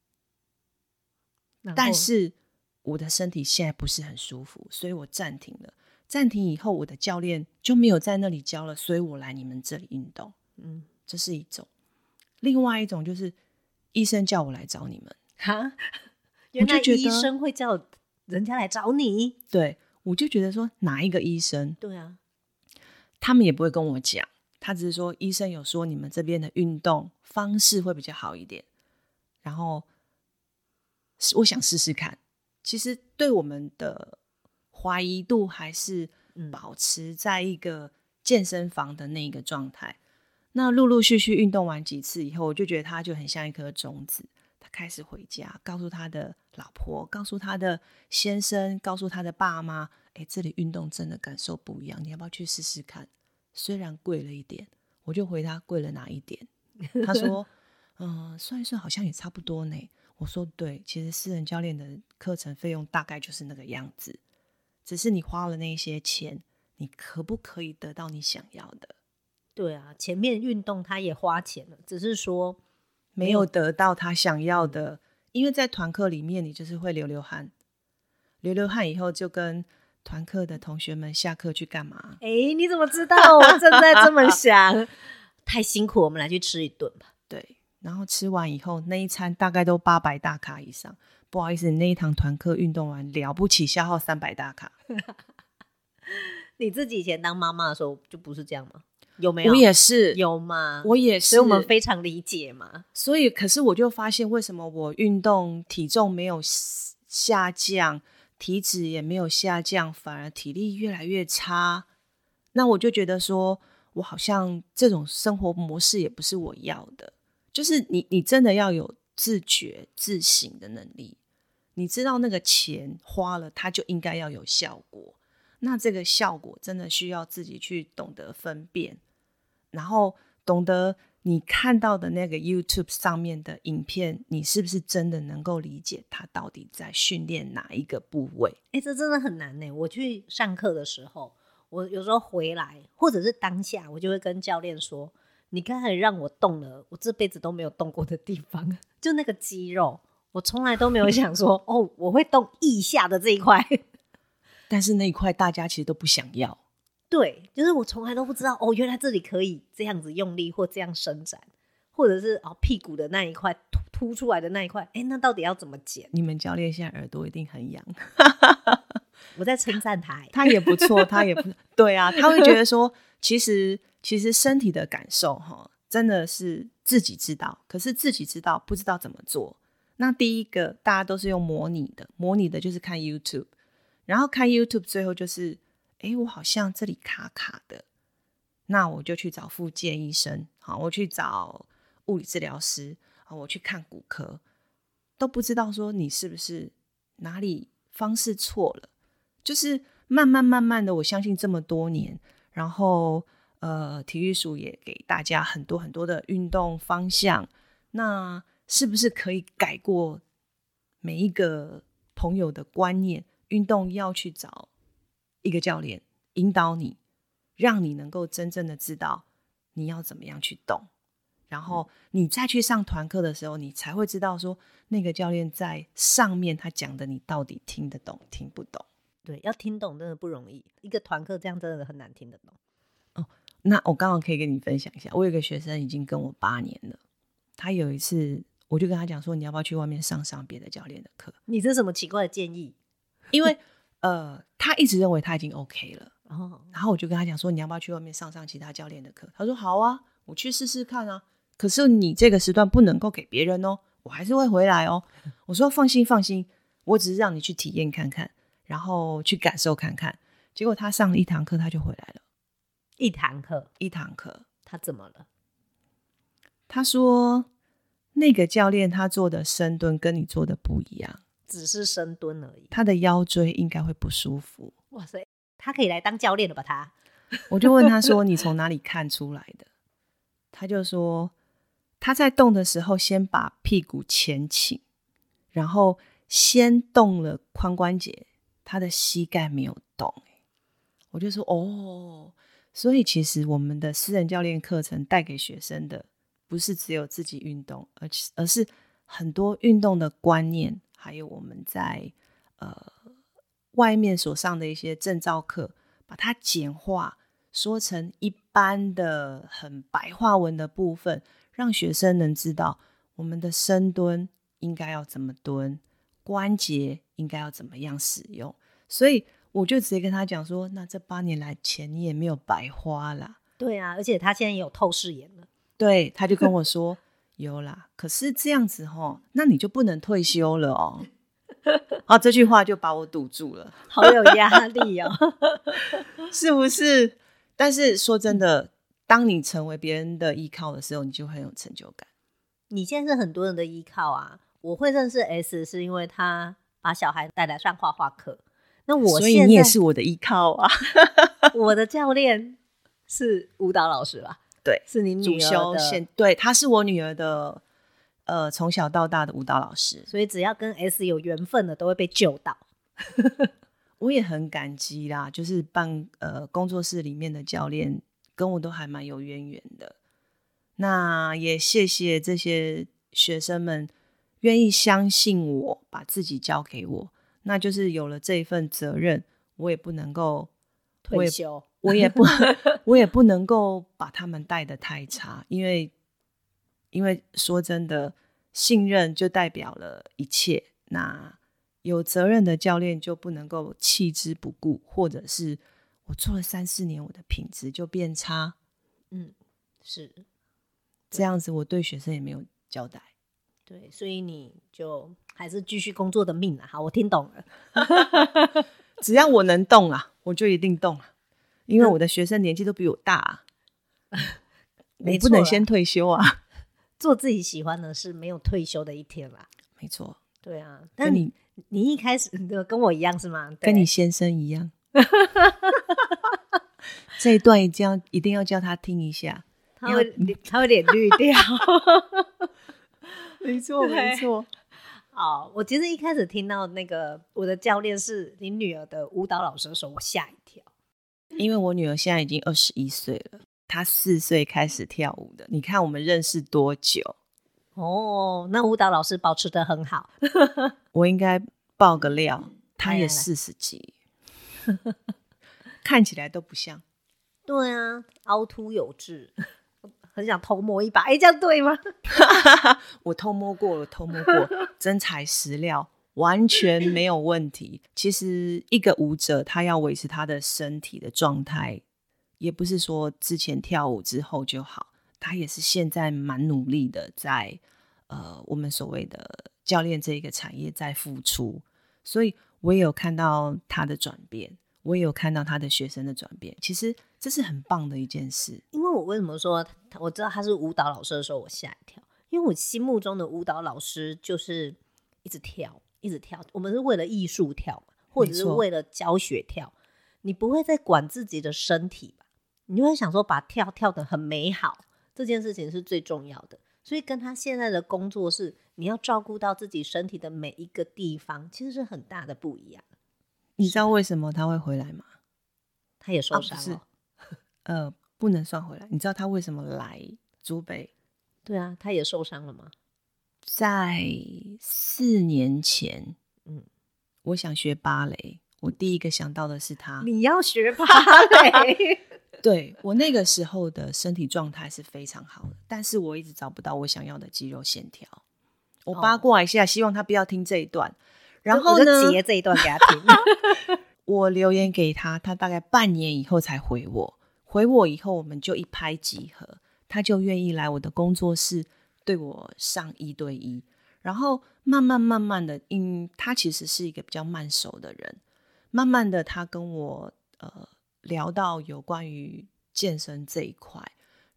但是我的身体现在不是很舒服，所以我暂停了。暂停以后，我的教练就没有在那里教了，所以我来你们这里运动。嗯，这是一种。另外一种就是医生叫我来找你们。 哈，原来医生会叫人家来找你？ 对，我就觉得说哪一个医生？ 对啊， 他们也不会跟我讲，他只是说医生有说你们这边的运动方式会比较好一点，然后我想试试看。其实对我们的怀疑度还是保持在一个健身房的那个状态。那陆陆续续运动完几次以后，我就觉得他就很像一颗种子，他开始回家告诉他的老婆，告诉他的先生，告诉他的爸妈，哎，这里运动真的感受不一样，你要不要去试试看？虽然贵了一点。我就回他贵了哪一点？他说嗯，算一算好像也差不多呢。我说对，其实私人教练的课程费用大概就是那个样子，只是你花了那些钱，你可不可以得到你想要的？ 对啊，前面运动他也花钱了，只是说没有得到他想要的。因为在团课里面你就是会流流汗，流流汗以后就跟团课的同学们下课去干嘛？ 哎，你怎么知道我正在这么想？太辛苦，我们来去吃一顿吧。 对，然后吃完以后那一餐大概都八百大卡以上。不好意思，你那一堂团课运动完了不起消耗三百大卡。 你自己以前当妈妈的时候就不是这样吗？有没有？ 我也是。 有吗？ 我也是。 所以我们非常理解嘛。 所以可是我就发现为什么我运动体重没有下降，体脂也没有下降，反而体力越来越差。那我就觉得说我好像这种生活模式也不是我要的。就是你你真的要有自觉自省的能力，你知道那个钱花了它就应该要有效果，那这个效果真的需要自己去懂得分辨，然后懂得你看到的那个 YouTube 上面的影片，你是不是真的能够理解它到底在训练哪一个部位。 欸，这真的很难耶。我去上课的时候，我有时候回来或者是当下，我就会跟教练说，你刚才让我动了我这辈子都没有动过的地方，就那个肌肉，我从来都没有想说哦，我会动腋下的这一块。 但是那一块大家其实都不想要。 对，就是我从来都不知道哦，原来这里可以这样子用力或这样伸展，或者是哦屁股的那一块凸凸出来的那一块，哎，那到底要怎么减？ 你们教练现在耳朵一定很痒。 我在称赞他， 他也不错，他也不对啊，他会觉得说，其实其实身体的感受哈，真的是自己知道，可是自己知道不知道怎么做。那第一个大家都是用模拟的，模拟的就是看 YouTube， 然后看 YouTube 最后就是诶我好像这里卡卡的，那我就去找复健医生，好，我去找物理治疗师，好，我去看骨科，都不知道说你是不是哪里方式错了。就是慢慢慢慢的，我相信这么多年，然后呃，体育署也给大家很多很多的运动方向，那是不是可以改过每一个朋友的观念？运动要去找一个教练引导你，让你能够真正的知道你要怎么样去动，然后你再去上团课的时候，你才会知道说那个教练在上面他讲的你到底听得懂听不懂。 对，要听懂真的不容易，一个团课这样真的很难听得懂。 哦，那我刚好可以跟你分享一下，我有一个学生已经跟我八年了，他有一次我就跟他讲说，你要不要去外面上上别的教练的课？ 你这是什么奇怪的建议？ 因为呃，他一直认为他已经 OK 了， 哦， 然后我就跟他讲说，你要不要去外面上上其他教练的课？他说好啊，我去试试看啊，可是你这个时段不能够给别人哦，我还是会回来哦。我说放心放心，我只是让你去体验看看，然后去感受看看。结果他上了一堂课他就回来了。 一堂课一堂课他怎么了？ 他说那个教练他做的深蹲跟你做的不一样， 只是深蹲而已， 他的腰椎应该会不舒服。 哇塞，他可以来当教练了吧他？ 我就问他说你从哪里看出来的？他就说他在动的时候先把屁股前倾，然后先动了髋关节，他的膝盖没有动。我就说哦，所以其实我们的私人教练课程带给学生的不是只有自己运动，而而是很多运动的观念，还有我们在呃外面所上的一些证照课，把它简化说成一般的很白话文的部分，让学生能知道我们的深蹲应该要怎么蹲，关节应该要怎么样使用。所以我就直接跟他讲说，那这八年来钱你也没有白花啦。 对啊，而且他现在也有透视眼了。 对，他就跟我说有啦，可是这样子齁，那你就不能退休了哦。啊，这句话就把我堵住了， 好有压力哦。 是不是？但是说真的，当你成为别人的依靠的时候，你就很有成就感。 你现在是很多人的依靠啊。我会认识 S 是因为他把小孩带来上画画课，那我所以你也是我的依靠啊。 我的教练是舞蹈老师吧？ 对， 是你女主儿的。 修现对，他是我女儿的呃从小到大的舞蹈老师， 所以只要跟 S 有缘分的都会被救到。 我也很感激啦，就是办呃工作室里面的教练跟我都还蛮有渊源的。那也谢谢这些学生们愿意相信我，把自己交给我，那就是有了这一份责任，我也不能够退休， 我也不我也不能够把他们带得太差，因为因为说真的，信任就代表了一切。那有责任的教练就不能够弃之不顾，或者是我做了三四年，我的品质就变差。 嗯，是这样子，我对学生也没有交代。 对，所以你就还是继续工作的命啊。好，我听懂了。 只要我能动啊，我就一定动啊，因为我的学生年纪都比我大啊。我不能先退休啊。 做自己喜欢的事，没有退休的一天啦。 没错。 对啊，但你你一开始跟我一样是吗？ 跟你先生一样。这一段一定要一定要叫他听一下， 他会他会脸绿掉。 没错没错。 好，我其实一开始听到那个我的教练是你女儿的舞蹈老师的时候，我吓一跳， 因为我女儿现在已经二十一岁了，她四岁开始跳舞的。你看我们认识多久？ 哦，那舞蹈老师保持得很好。 我应该爆个料，她也四十几，看起来都不像。 对啊，凹凸有致。很想偷摸一把，哎，这样对吗？ 我偷摸过了，偷摸过，真材实料，完全没有问题。其实一个舞者他要维持他的身体的状态，也不是说之前跳舞之后就好，他也是现在蛮努力的在呃我们所谓的教练这一个产业在付出，所以我也有看到他的转变，我也有看到他的学生的转变，其实这是很棒的一件事。 因为我为什么说我知道他是舞蹈老师的时候我吓一跳，因为我心目中的舞蹈老师就是一直跳一直跳，我们是为了艺术跳嘛，或者是为了教学跳，你不会再管自己的身体吧，你会想说把跳跳得很美好，这件事情是最重要的。所以跟他现在的工作是你要照顾到自己身体的每一个地方，其实是很大的不一样。 你知道为什么他会回来吗？ 他也受伤了、 啊、呃，不能算回来。你知道他为什么来竹北？ 对啊，他也受伤了吗？ 在四年前，嗯，我想学芭蕾，我第一个想到的是他。 你要学芭蕾？ 对，我那个时候的身体状态是非常好的，但是我一直找不到我想要的肌肉线条。我八卦一下、哦、希望他不要听这一段，然后呢， 我就截这一段给他听。 我留言给他，他大概半年以后才回我。回我以后，我们就一拍即合，他就愿意来我的工作室对我上一对一。然后慢慢慢慢的，因他其实是一个比较慢熟的人，慢慢的他跟我呃聊到有关于健身这一块，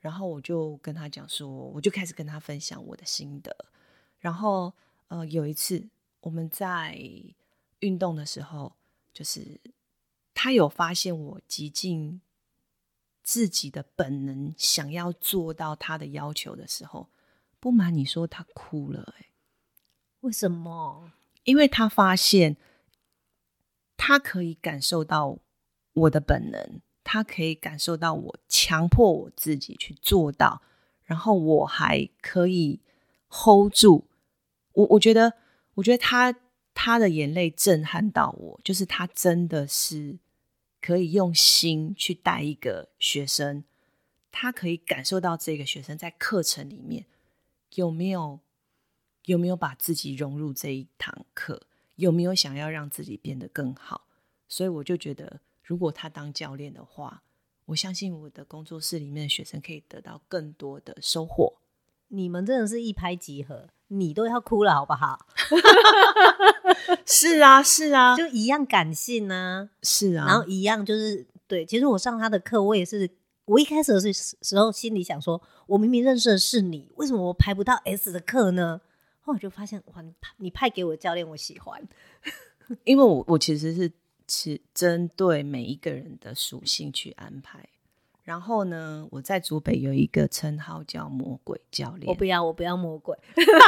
然后我就跟他讲说，我就开始跟他分享我的心得。然后呃，有一次我们在运动的时候，就是他有发现我极尽自己的本能想要做到他的要求的时候，不瞒你说他哭了、欸、 为什么？ 因为他发现他可以感受到我的本能，他可以感受到我强迫我自己去做到，然后我还可以 hold 住我。我觉得我觉得他他的眼泪震撼到我，就是他真的是可以用心去带一个学生，他可以感受到这个学生在课程里面有没有有没有把自己融入这一堂课，有没有想要让自己变得更好。所以我就觉得如果他当教练的话，我相信我的工作室里面的学生可以得到更多的收获。 你们真的是一拍即合，你都要哭了好不好？ 是啊是啊， 就一样感性啊， 是啊， 然后一样就是对。其实我上他的课，我也是，我一开始的时候心里想说，我明明认识的是你，为什么我排不到 S 的课呢？后来就发现，哇，你派给我的教练我喜欢， 因为我我其实是是针对每一个人的属性去安排。然后呢，我在竹北有一个称号叫魔鬼教练。 我不要，我不要魔鬼。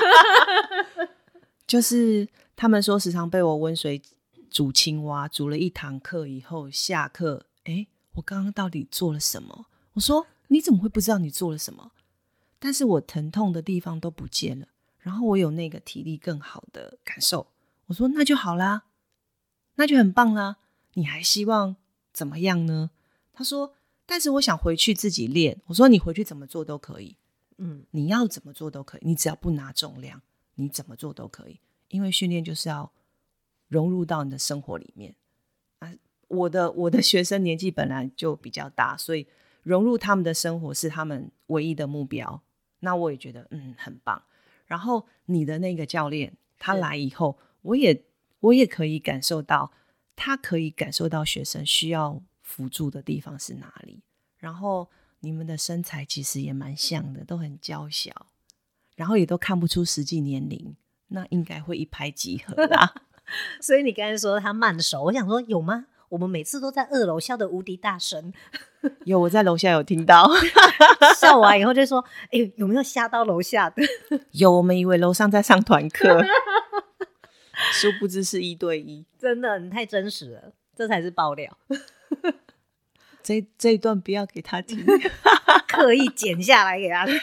就是他们说时常被我温水煮青蛙，煮了一堂课以后下课，诶，我刚刚到底做了什么？我说你怎么会不知道你做了什么？但是我疼痛的地方都不见了，然后我有那个体力更好的感受。我说那就好啦，那就很棒啦，你还希望怎么样呢？他说但是我想回去自己练。我说你回去怎么做都可以，嗯，你要怎么做都可以，你只要不拿重量，你怎么做都可以，因为训练就是要融入到你的生活里面啊。我的我的学生年纪本来就比较大，所以融入他们的生活是他们唯一的目标。那我也觉得嗯很棒。然后你的那个教练他来以后，我也我也可以感受到，他可以感受到学生需要辅助的地方是哪里。然后你们的身材其实也蛮像的，都很娇小，然后也都看不出实际年龄，那应该会一拍即合啦。 所以你刚才说他慢熟，我想说有吗？我们每次都在二楼笑得无敌大声。 有，我在楼下有听到。 笑完以后就说欸，有没有吓到楼下的？ 有，我们以为楼上在上团课。殊不知是一对一。 真的你太真实了，这才是爆料。 这, 这一段不要给他听。 刻意剪下来给他听。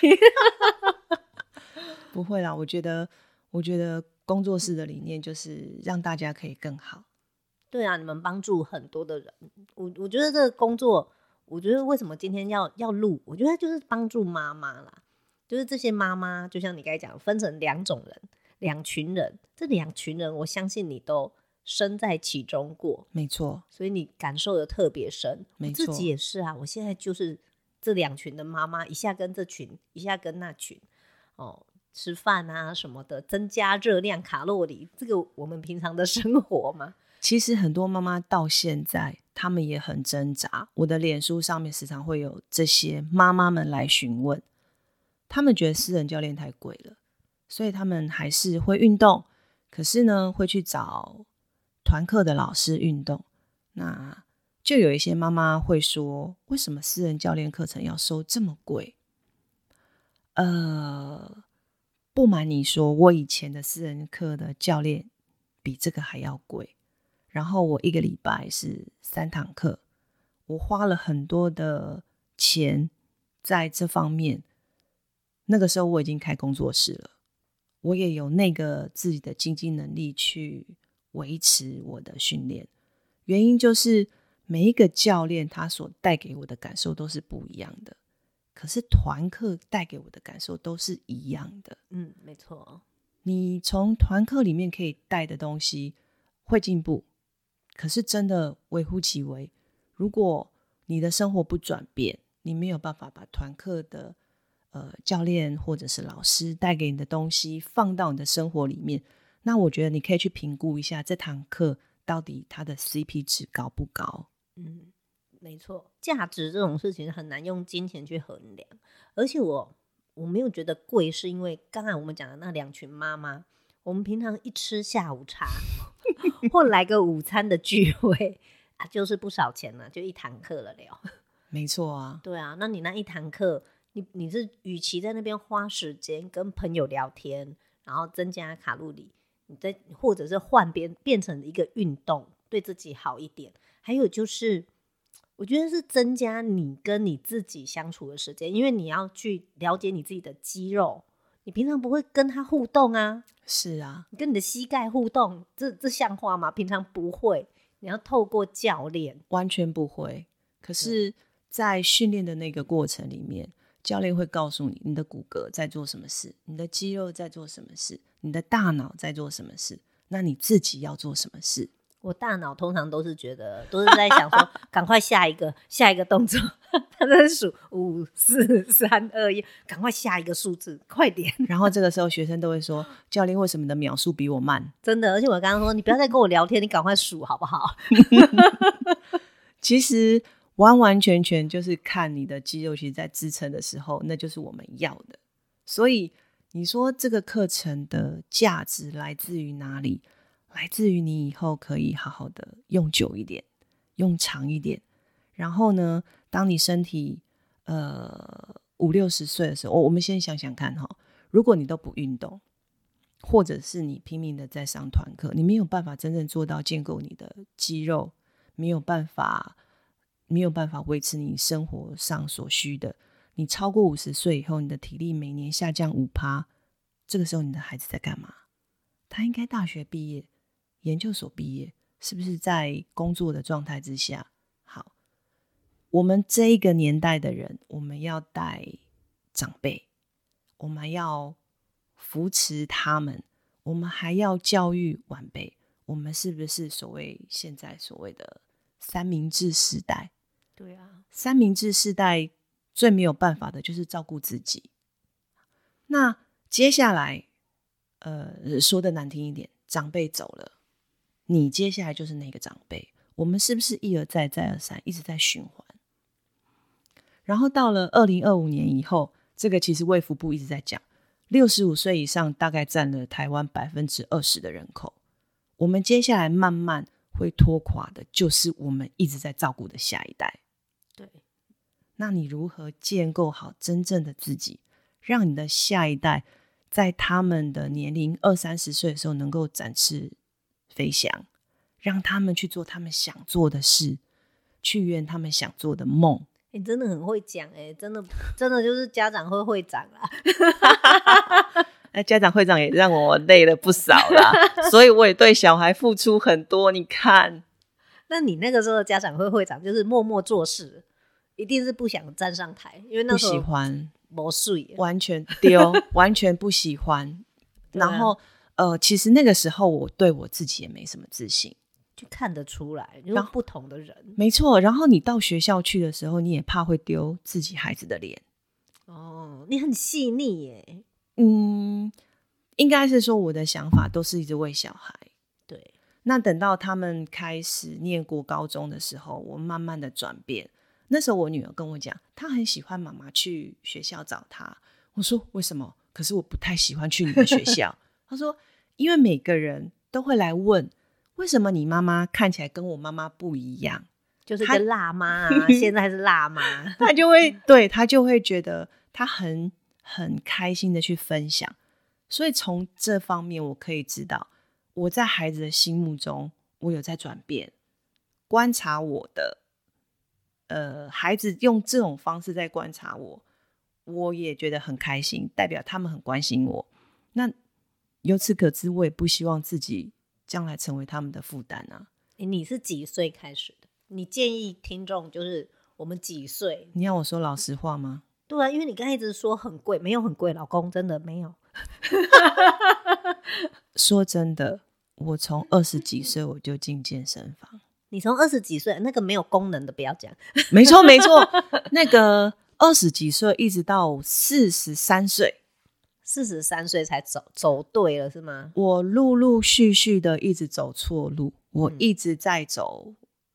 不会啦，我觉得我觉得工作室的理念就是让大家可以更好。 对啊，你们帮助很多的人。我我觉得这个工作，我觉得为什么今天要要录，我觉得就是帮助妈妈啦。就是这些妈妈就像你刚才讲，分成两种人，两群人，这两群人我相信你都身在其中过。 没错， 所以你感受的特别深。 没错， 我自己也是啊，我现在就是这两群的妈妈，一下跟这群，一下跟那群哦，吃饭啊什么的，增加热量卡路里，这个我们平常的生活嘛。 其实很多妈妈到现在他们也很挣扎，我的脸书上面时常会有这些妈妈们来询问，他们觉得私人教练太贵了，所以他们还是会运动，可是呢会去找团课的老师运动。那就有一些妈妈会说，为什么私人教练课程要收这么贵？呃，不瞒你说，我以前的私人课的教练比这个还要贵。然后我一个礼拜是三堂课，我花了很多的钱在这方面。那个时候我已经开工作室了，我也有那个自己的经济能力去维持我的训练。原因就是每一个教练他所带给我的感受都是不一样的，可是团课带给我的感受都是一样的。 嗯，没错。 你从团课里面可以带的东西会进步，可是真的微乎其微。如果你的生活不转变，你没有办法把团课的呃教练或者是老师带给你的东西放到你的生活里面，那我觉得你可以去评估一下这堂课到底它的 C P 值高不高。 嗯， 没错，价值这种事情很难用金钱去衡量，而且我我没有觉得贵，是因为刚才我们讲的那两群妈妈，我们平常一吃下午茶或来个午餐的聚会啊，就是不少钱了，就一堂课了了。 没错啊， 对啊，那你那一堂课，你你是与其在那边花时间跟朋友聊天，然后增加卡路里，你再或者是换变变成一个运动，对自己好一点。还有就是，我觉得是增加你跟你自己相处的时间，因为你要去了解你自己的肌肉，你平常不会跟他互动啊。 是啊， 你跟你的膝盖互动，这这像话吗？平常不会，你要透过教练， 完全不会。可是在训练的那个过程里面，教练会告诉你，你的骨骼在做什么事，你的肌肉在做什么事，你的大脑在做什么事，那你自己要做什么事。 我大脑通常都是觉得，都是在想说，赶快下一个下一个动作，他在数五四三二一，赶快下一个数字，快点。 然后这个时候学生都会说，教练为什么你的秒数比我慢？ 真的，而且我刚刚说，你不要再跟我聊天，你赶快数好不好？ 其实完完全全就是看你的肌肉其实在支撑的时候，那就是我们要的。所以你说这个课程的价值来自于哪里？来自于你以后可以好好的用久一点，用长一点。然后呢，当你身体呃五六十岁的时候，我们先想想看哈，如果你都不运动，或者是你拼命的在上团课，你没有办法真正做到建构你的肌肉，没有办法没有办法维持你生活上所需的。你超过五十岁以后，你的体力每年下降 百分之五， 这个时候你的孩子在干嘛？他应该大学毕业，研究所毕业，是不是在工作的状态之下？好，我们这一个年代的人，我们要带长辈，我们要扶持他们，我们还要教育晚辈，我们是不是所谓现在所谓的三明治时代？ 对啊， 三明治世代最没有办法的就是照顾自己。那接下来呃，说的难听一点，长辈走了，你接下来就是那个长辈，我们是不是一而再再而三一直在循环？然后到了二零二五年以后，这个其实卫福部一直在讲，六十五岁以上大概占了台湾 百分之二十 的人口，我们接下来慢慢会拖垮的就是我们一直在照顾的下一代。 对， 那你如何建构好真正的自己，让你的下一代在他们的年龄二三十岁的时候能够展翅飞翔，让他们去做他们想做的事，去圆他们想做的梦。 你、欸、真的很会讲哎、欸，真的真的就是家长会会长啦。 那家长会长也让我累了不少啦，所以我也对小孩付出很多。你看， 那你那个时候的家长会会长就是默默做事，一定是不想站上台，因为那时候不喜欢， 没水， 完全丢，完全不喜欢。然后呃，其实那个时候我对我自己也没什么自信， 就看得出来，就是不同的人。 没错，然后你到学校去的时候，你也怕会丢自己孩子的脸。 哦，你很细腻耶。 嗯，应该是说我的想法都是一直为小孩。 对， 那等到他们开始念国高中的时候，我慢慢的转变。那时候我女儿跟我讲，她很喜欢妈妈去学校找她。我说为什么？可是我不太喜欢去你们学校。她说因为每个人都会来问，为什么你妈妈看起来跟我妈妈不一样？ 就是个辣妈啊，现在是辣妈。 她就会对她就会觉得她很很开心的去分享。所以从这方面我可以知道，我在孩子的心目中我有在转变。观察我的呃，孩子用这种方式在观察我，我也觉得很开心，代表他们很关心我。那由此可知，我也不希望自己将来成为他们的负担啊。 欸，你是几岁开始的？你建议听众就是我们几岁？ 你要我说老实话吗？ 对啊，因为你刚才一直说很贵，没有很贵，老公真的没有。 说真的，我从二十几岁我就进健身房。 你从二十几岁那个没有功能的不要讲。 没错没错，那个二十几岁一直到四十三岁， 四十三岁才走走对了是吗？ 我陆陆续续的一直走错路，我一直在走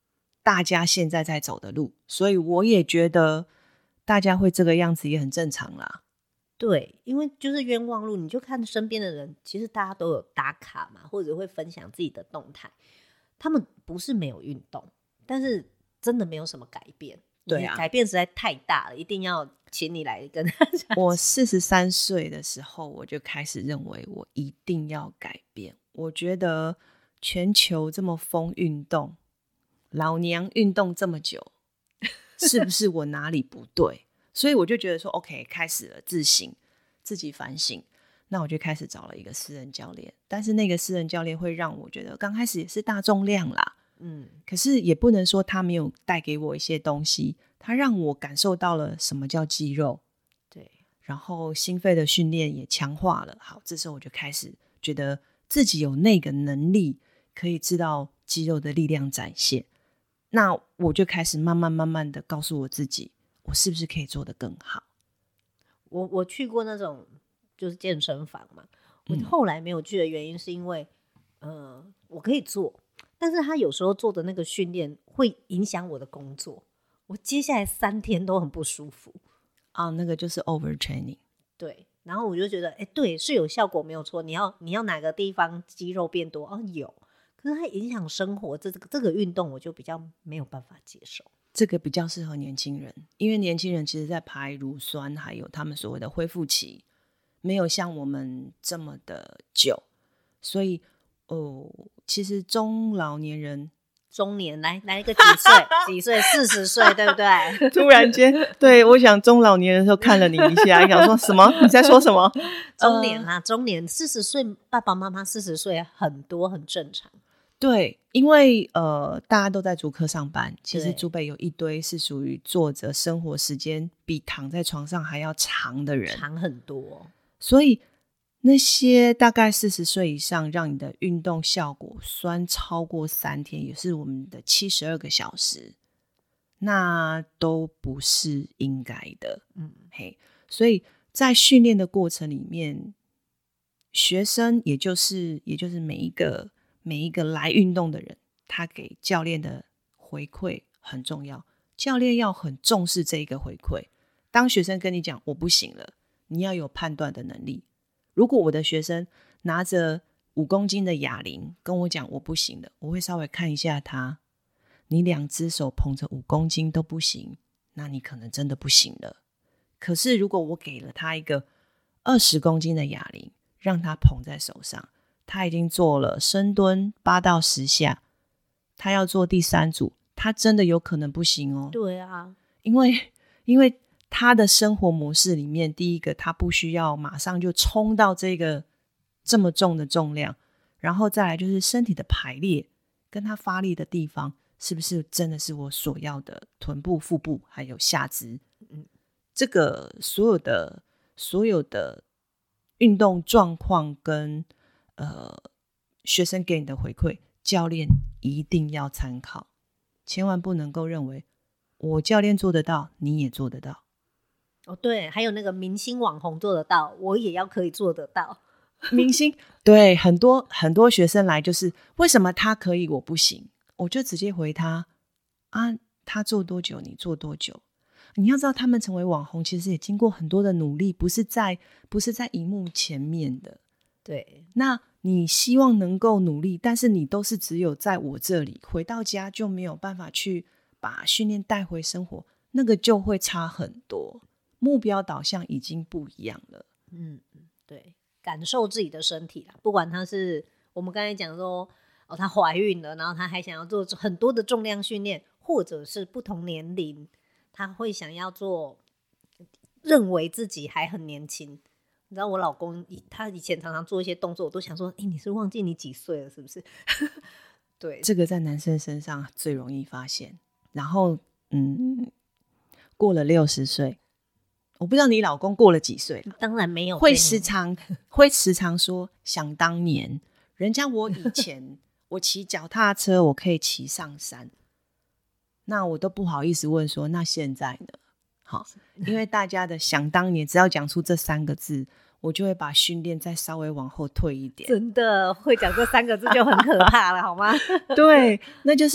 大家现在在走的路，所以我也觉得大家会这个样子也很正常啦。 对，因为就是冤枉路，你就看身边的人，其实大家都有打卡嘛，或者会分享自己的动态，他们不是没有运动，但是真的没有什么改变。 对啊， 改变实在太大了，一定要请你来跟大家。 我四十三岁的时候，我就开始认为我一定要改变。我觉得全球这么疯运动，老娘运动这么久，是不是我哪里不对？所以我就觉得说 OK， 开始了自省，自己反省。那我就开始找了一个私人教练，但是那个私人教练会让我觉得刚开始也是大重量啦，嗯，可是也不能说他没有带给我一些东西，他让我感受到了什么叫肌肉， 对， 然后心肺的训练也强化了。好，这时候我就开始觉得自己有那个能力可以知道肌肉的力量展现，那我就开始慢慢慢慢的告诉我自己，我是不是可以做得更好。 我我去过那种就是健身房嘛，我后来没有去的原因是因为、嗯、呃，我可以做，但是他有时候做的那个训练会影响我的工作，我接下来三天都很不舒服啊，那个就是 overtraining。 对，然后我就觉得哎，对，是有效果没有错，你要你要哪个地方肌肉变多哦，有，可是它影响生活，这个这个运动我就比较没有办法接受。 这个比较适合年轻人，因为年轻人其实在排乳酸还有他们所谓的恢复期没有像我们这么的久，所以哦，其实中老年人中年来来一个几岁几岁四十岁对不对？ 突然间对，我想中老年的时候看了你一下想说什么你在说什么中年啦、呃、中年四十岁爸爸妈妈四十岁很多很正常。 对，因为呃，大家都在竹科上班，其实竹北有一堆是属于坐着生活时间比躺在床上还要长的人， 长很多， 所以那些大概四十岁以上让你的运动效果酸超过三天，也是我们的七十二个小时，那都不是应该的。嗯，嘿，所以在训练的过程里面，学生也就是也就是每一个每一个来运动的人，他给教练的回馈很重要，教练要很重视这一个回馈。当学生跟你讲我不行了，你要有判断的能力。如果我的学生拿着五公斤的哑铃跟我讲我不行了，我会稍微看一下他，你两只手捧着五公斤都不行，那你可能真的不行了。可是如果我给了他一个二十公斤的哑铃，让他捧在手上，他已经做了深蹲八到十下，他要做第三组，他真的有可能不行哦。 对啊， 因为因为他的生活模式里面，第一个他不需要马上就冲到这个这么重的重量，然后再来就是身体的排列跟他发力的地方是不是真的是我所要的臀部、腹部还有下肢。嗯，这个所有的所有的运动状况跟呃学生给你的回馈，教练一定要参考，千万不能够认为我教练做得到你也做得到。 哦，对，还有那个明星网红做得到，我也要可以做得到。 明星对，很多很多学生来就是为什么他可以我不行，我就直接回他啊，他做多久你做多久。你要知道他们成为网红其实也经过很多的努力，不是在不是在荧幕前面的。 对， 那你希望能够努力，但是你都是只有在我这里，回到家就没有办法去把训练带回生活，那个就会差很多，目标导向已经不一样了。 嗯，对，感受自己的身体啦，不管他是我们刚才讲说哦，她怀孕了，然后她还想要做很多的重量训练，或者是不同年龄她会想要做，认为自己还很年轻。你知道我老公他以前常常做一些动作，我都想说哎、欸，你是忘记你几岁了是不是？对， 这个在男生身上最容易发现。然后嗯，过了六十岁，我不知道你老公过了几岁了。 当然没有， 会时常会时常说想当年人家我以前我骑脚踏车我可以骑上山，那我都不好意思问说那现在呢？好，因为大家的想当年只要讲出这三个字，我就会把训练再稍微往后退一点。 真的会讲这三个字就很可怕了好吗？ 对，那就是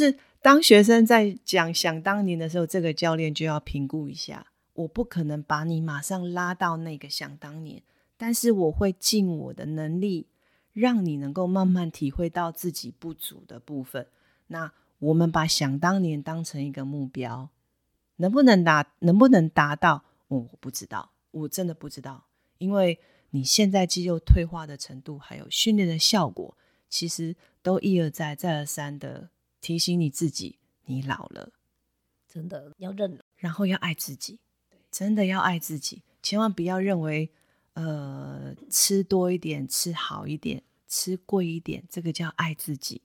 当学生在讲想当年的时候，这个教练就要评估一下，我不可能把你马上拉到那个想当年，但是我会尽我的能力让你能够慢慢体会到自己不足的部分。那我们把想当年当成一个目标，能不能达能不能达到、哦、我不知道，我真的不知道，因为你现在肌肉退化的程度还有训练的效果，其实都一而再再而三的提醒你自己，你老了， 真的要认了， 然后要爱自己，真的要爱自己，千万不要认为呃，吃多一点，吃好一点，吃贵一点，这个叫爱自己。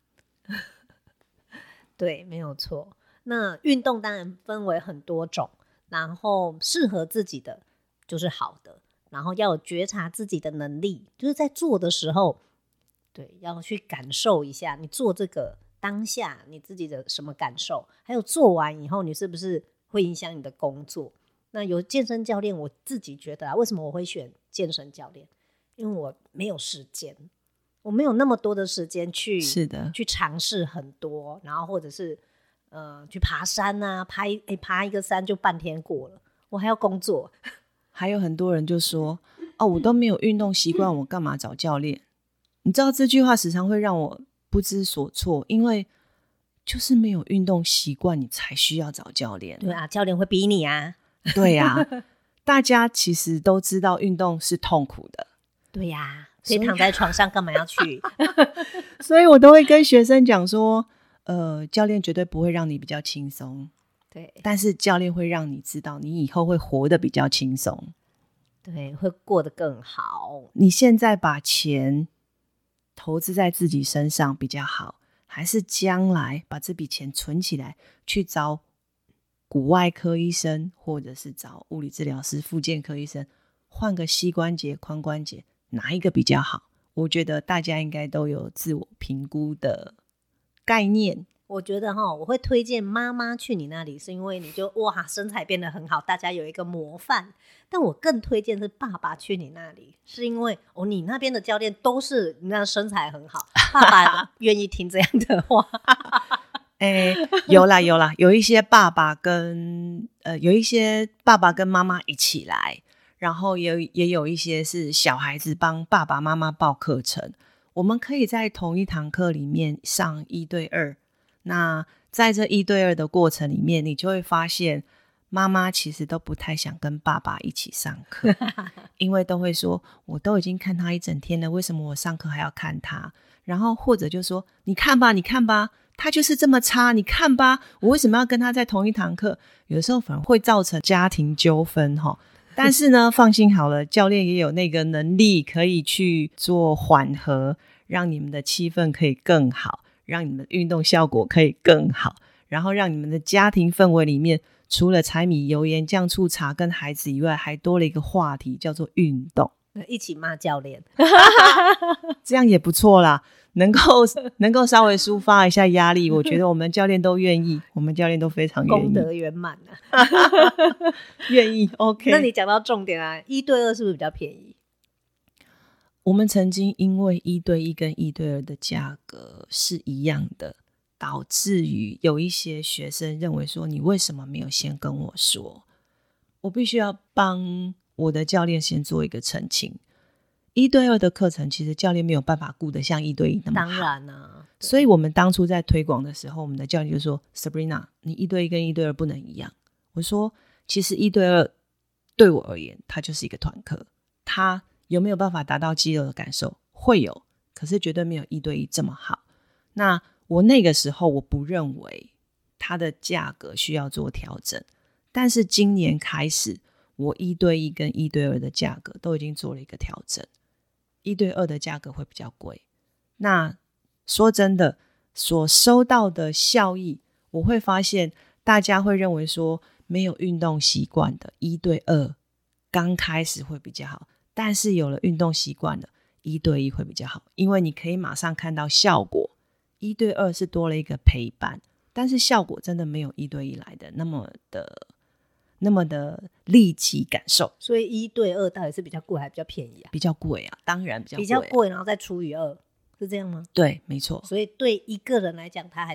对，没有错。那运动当然分为很多种，然后适合自己的就是好的，然后要有觉察自己的能力，就是在做的时候，对，要去感受一下你做这个当下你自己的什么感受，还有做完以后你是不是会影响你的工作。那有健身教练，我自己觉得啊，为什么我会选健身教练？因为我没有时间，我没有那么多的时间去是的去尝试很多，然后或者是呃去爬山啊，爬一、欸、爬一个山就半天过了，我还要工作。 还有很多人就说哦，我都没有运动习惯，我干嘛找教练？你知道这句话时常会让我不知所措，因为就是没有运动习惯，你才需要找教练。 对啊，教练会逼你啊。 对啊，大家其实都知道运动是痛苦的。 对呀、啊，可以躺在床上干嘛要去？ 所以我都会跟学生讲说，呃，教练绝对不会让你比较轻松， 对， 但是教练会让你知道你以后会活得比较轻松， 对，会过得更好。 你现在把钱投资在自己身上比较好，还是将来把这笔钱存起来去找骨外科医生，或者是找物理治疗师、复健科医生，换个膝关节、髋关节，哪一个比较好？我觉得大家应该都有自我评估的概念。 我觉得齁，我会推荐妈妈去你那里，是因为你就哇身材变得很好，大家有一个模范。但我更推荐是爸爸去你那里，是因为哦你那边的教练都是你那身材很好，爸爸愿意听这样的话。 欸、有啦有啦，有一些爸爸跟呃有一些爸爸跟妈妈一起来，然后也有也有一些是小孩子帮爸爸妈妈报课程，我们可以在同一堂课里面上一对二。那在这一对二的过程里面，你就会发现妈妈其实都不太想跟爸爸一起上课，因为都会说我都已经看他一整天了，为什么我上课还要看他？然后或者就说你看吧你看吧，他就是这么差，你看吧，我为什么要跟他在同一堂课？有的时候反而会造成家庭纠纷齁。但是呢放心好了，教练也有那个能力可以去做缓和，让你们的气氛可以更好，让你们的运动效果可以更好，然后让你们的家庭氛围里面除了柴米油盐酱醋茶跟孩子以外，还多了一个话题叫做运动， 一起骂教练。 这样也不错啦，能够能够稍微抒发一下压力，我觉得我们教练都愿意，我们教练都非常愿意， 功德圆满啊。 愿意 OK。 那你讲到重点啊，一对二是不是比较便宜？ 我们曾经因为一对一跟一对二的价格是一样的，导致于有一些学生认为说你为什么没有先跟我说？我必须要帮我的教练先做一个澄清，一对二的课程其实教练没有办法顾得像一对一那么好， 当然啊， 所以我们当初在推广的时候，我们的教练就说 Sabrina 你一对一跟一对二不能一样。我说其实一对二对我而言它就是一个团课，它有没有办法达到肌肉的感受？会有，可是绝对没有一对一这么好。那我那个时候我不认为它的价格需要做调整，但是今年开始我一对一跟一对二的价格都已经做了一个调整，一对二的价格会比较贵。那说真的，所收到的效益，我会发现大家会认为说没有运动习惯的一对二刚开始会比较好，但是有了运动习惯的一对一会比较好，因为你可以马上看到效果。一对二是多了一个陪伴，但是效果真的没有一对一来的那么的那么的立即感受。 所以一对二到底是比较贵还是比较便宜啊？ 比较贵啊，当然比较贵、啊、 比较贵，然后再除以二，是这样吗？ 对，没错。 所以对一个人来讲，他还是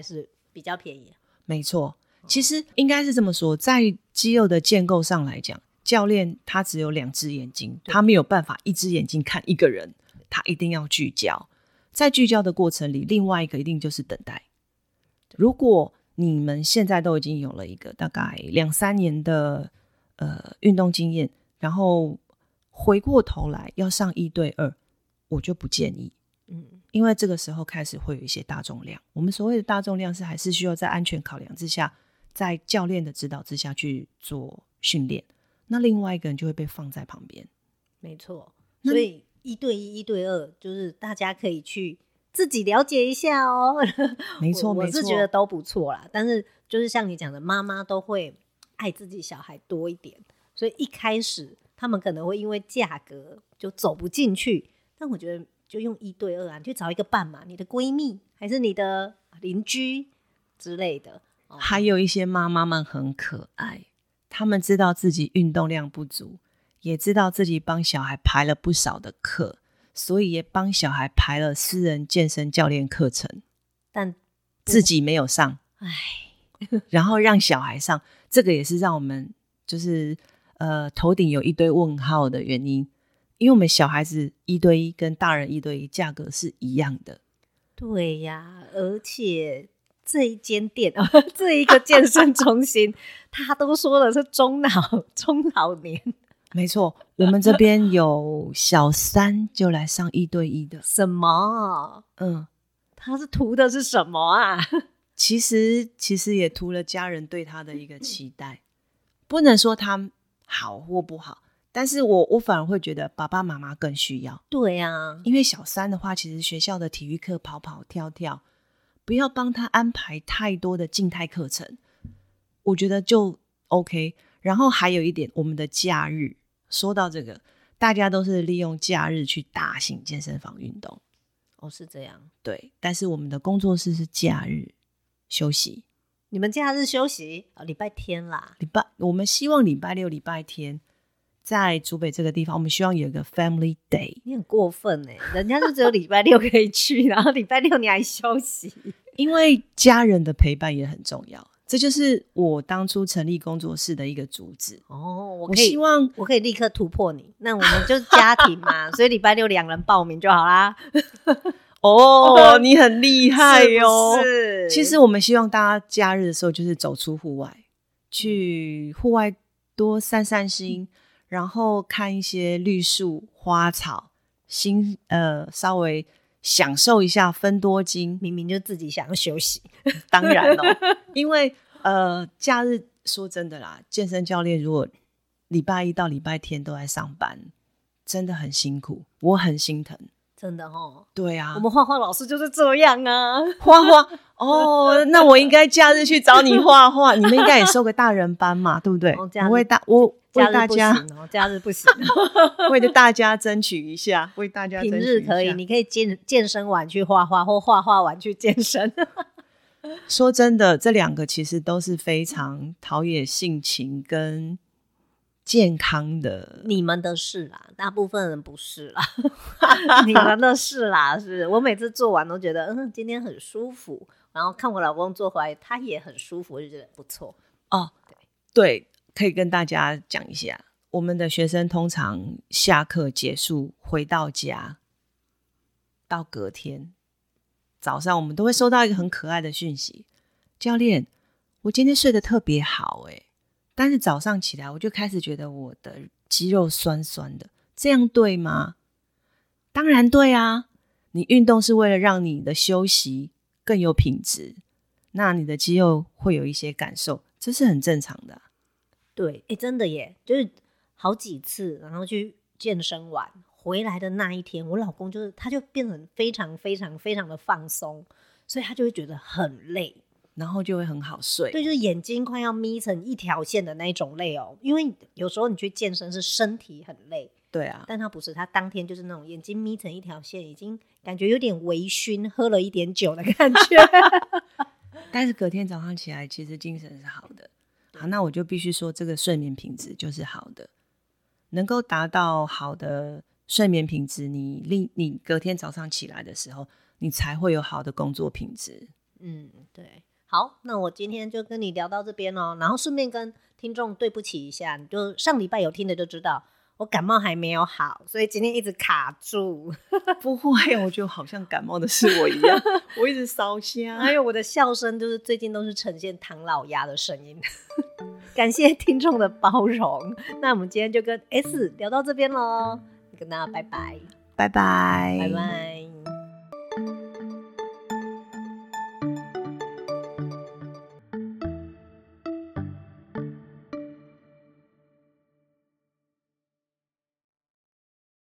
比较便宜。 没错，其实应该是这么说，在肌肉的建构上来讲，教练他只有两只眼睛，他没有办法一只眼睛看一个人，他一定要聚焦。在聚焦的过程里，另外一个一定就是等待。如果你们现在都已经有了一个大概两三年的呃运动经验，然后回过头来要上一对二，我就不建议。嗯，因为这个时候开始会有一些大重量，我们所谓的大重量是还是需要在安全考量之下，在教练的指导之下去做训练，那另外一个人就会被放在旁边。 没错，所以一对一一对二就是大家可以去自己了解一下哦。 没错我没错， 我是觉得都不错啦，但是就是像你讲的，妈妈都会爱自己小孩多一点，所以一开始他们可能会因为价格就走不进去，但我觉得就用一对二啊，你去找一个伴嘛，你的闺蜜还是你的邻居之类的。哦、 还有一些妈妈们很可爱，她们知道自己运动量不足，也知道自己帮小孩排了不少的课，所以也帮小孩排了私人健身教练课程， 但自己没有上， 唉然后让小孩上，这个也是让我们就是呃头顶有一堆问号的原因，因为我们小孩子一对一跟大人一对一价格是一样的。 对呀，而且这一间店这一个健身中心他都说的是中老中老年。 没错，我们这边有小三就来上一对一的。 什么？嗯，他是图的是什么啊？ 其实其实也图了家人对他的一个期待，不能说他好或不好，但是我我反而会觉得爸爸妈妈更需要。 对啊， 因为小三的话，其实学校的体育课跑跑跳跳，不要帮他安排太多的静态课程，我觉得就 OK。 然后还有一点，我们的假日，说到这个，大家都是利用假日去大型健身房运动。 哦，是这样。 对，但是我们的工作室是假日休息。 你们假日休息？哦，礼拜天啦。 礼拜我们希望礼拜六礼拜天在竹北这个地方，我们希望有一个 family day。 你很过分耶，人家就只有礼拜六可以去然后礼拜六你还休息。 因为家人的陪伴也很重要，这就是我当初成立工作室的一个主旨。 哦，我可以，我希望我可以立刻突破你。那我们就是家庭嘛，所以礼拜六两人报名就好啦。 哦，你很厉害哦！ 是不是？ 其实我们希望大家假日的时候就是走出户外，去户外多散散心，嗯、然后看一些绿树花草，心呃稍微享受一下分多金。 明明就自己想要休息， 当然哦，因为呃假日说真的啦，健身教练如果礼拜一到礼拜天都在上班，真的很辛苦，我很心疼。 真的哦。 对啊， 我们画画老师就是这样啊。 画画哦，那我应该假日去找你画画。你们应该也收个大人班嘛，对不对？ 哦、 我为大我为大家， 假日不行哦， 为了大家争取一下，为大家争取一下。 平日可以，你可以健健身完去画画，或画画完去健身。 说真的，这两个其实都是非常陶冶性情跟健康的。 你们的事啦，大部分人不是啦。你们的事啦，是我每次做完都觉得嗯，今天很舒服，然后看我老公做回来他也很舒服，我就觉得不错哦。对对，可以跟大家讲一下，我们的学生通常下课结束回到家，到隔天早上我们都会收到一个很可爱的讯息，教练，我今天睡得特别好耶，但是早上起来我就开始觉得我的肌肉酸酸的，这样对吗？当然对啊，你运动是为了让你的休息更有品质，那你的肌肉会有一些感受，这是很正常的啊。 对，欸，真的耶，就是好几次然后去健身完回来的那一天，我老公就是他就变成非常非常非常的放松，所以他就会觉得很累， 然后就会很好睡。 对，就是眼睛快要眯成一条线的那一种累哦。因为有时候你去健身是身体很累， 对啊， 但他不是，他当天就是那种眼睛眯成一条线，已经感觉有点微醺，喝了一点酒的感觉。 但是隔天早上起来其实精神是好的。好，那我就必须说这个睡眠品质就是好的，能够达到好的睡眠品质，你你隔天早上起来的时候你才会有好的工作品质。 嗯，对。 好，那我今天就跟你聊到这边哦，然后顺便跟听众对不起一下，你就上礼拜有听的就知道我感冒还没有好，所以今天一直卡住。 不会，我觉得好像感冒的是我一样，我一直烧香。 还有我的笑声就是最近都是呈现唐老鸭的声音。感谢听众的包容，那我们今天就跟 S 聊到这边咯，跟大家拜拜， 拜拜， 拜拜。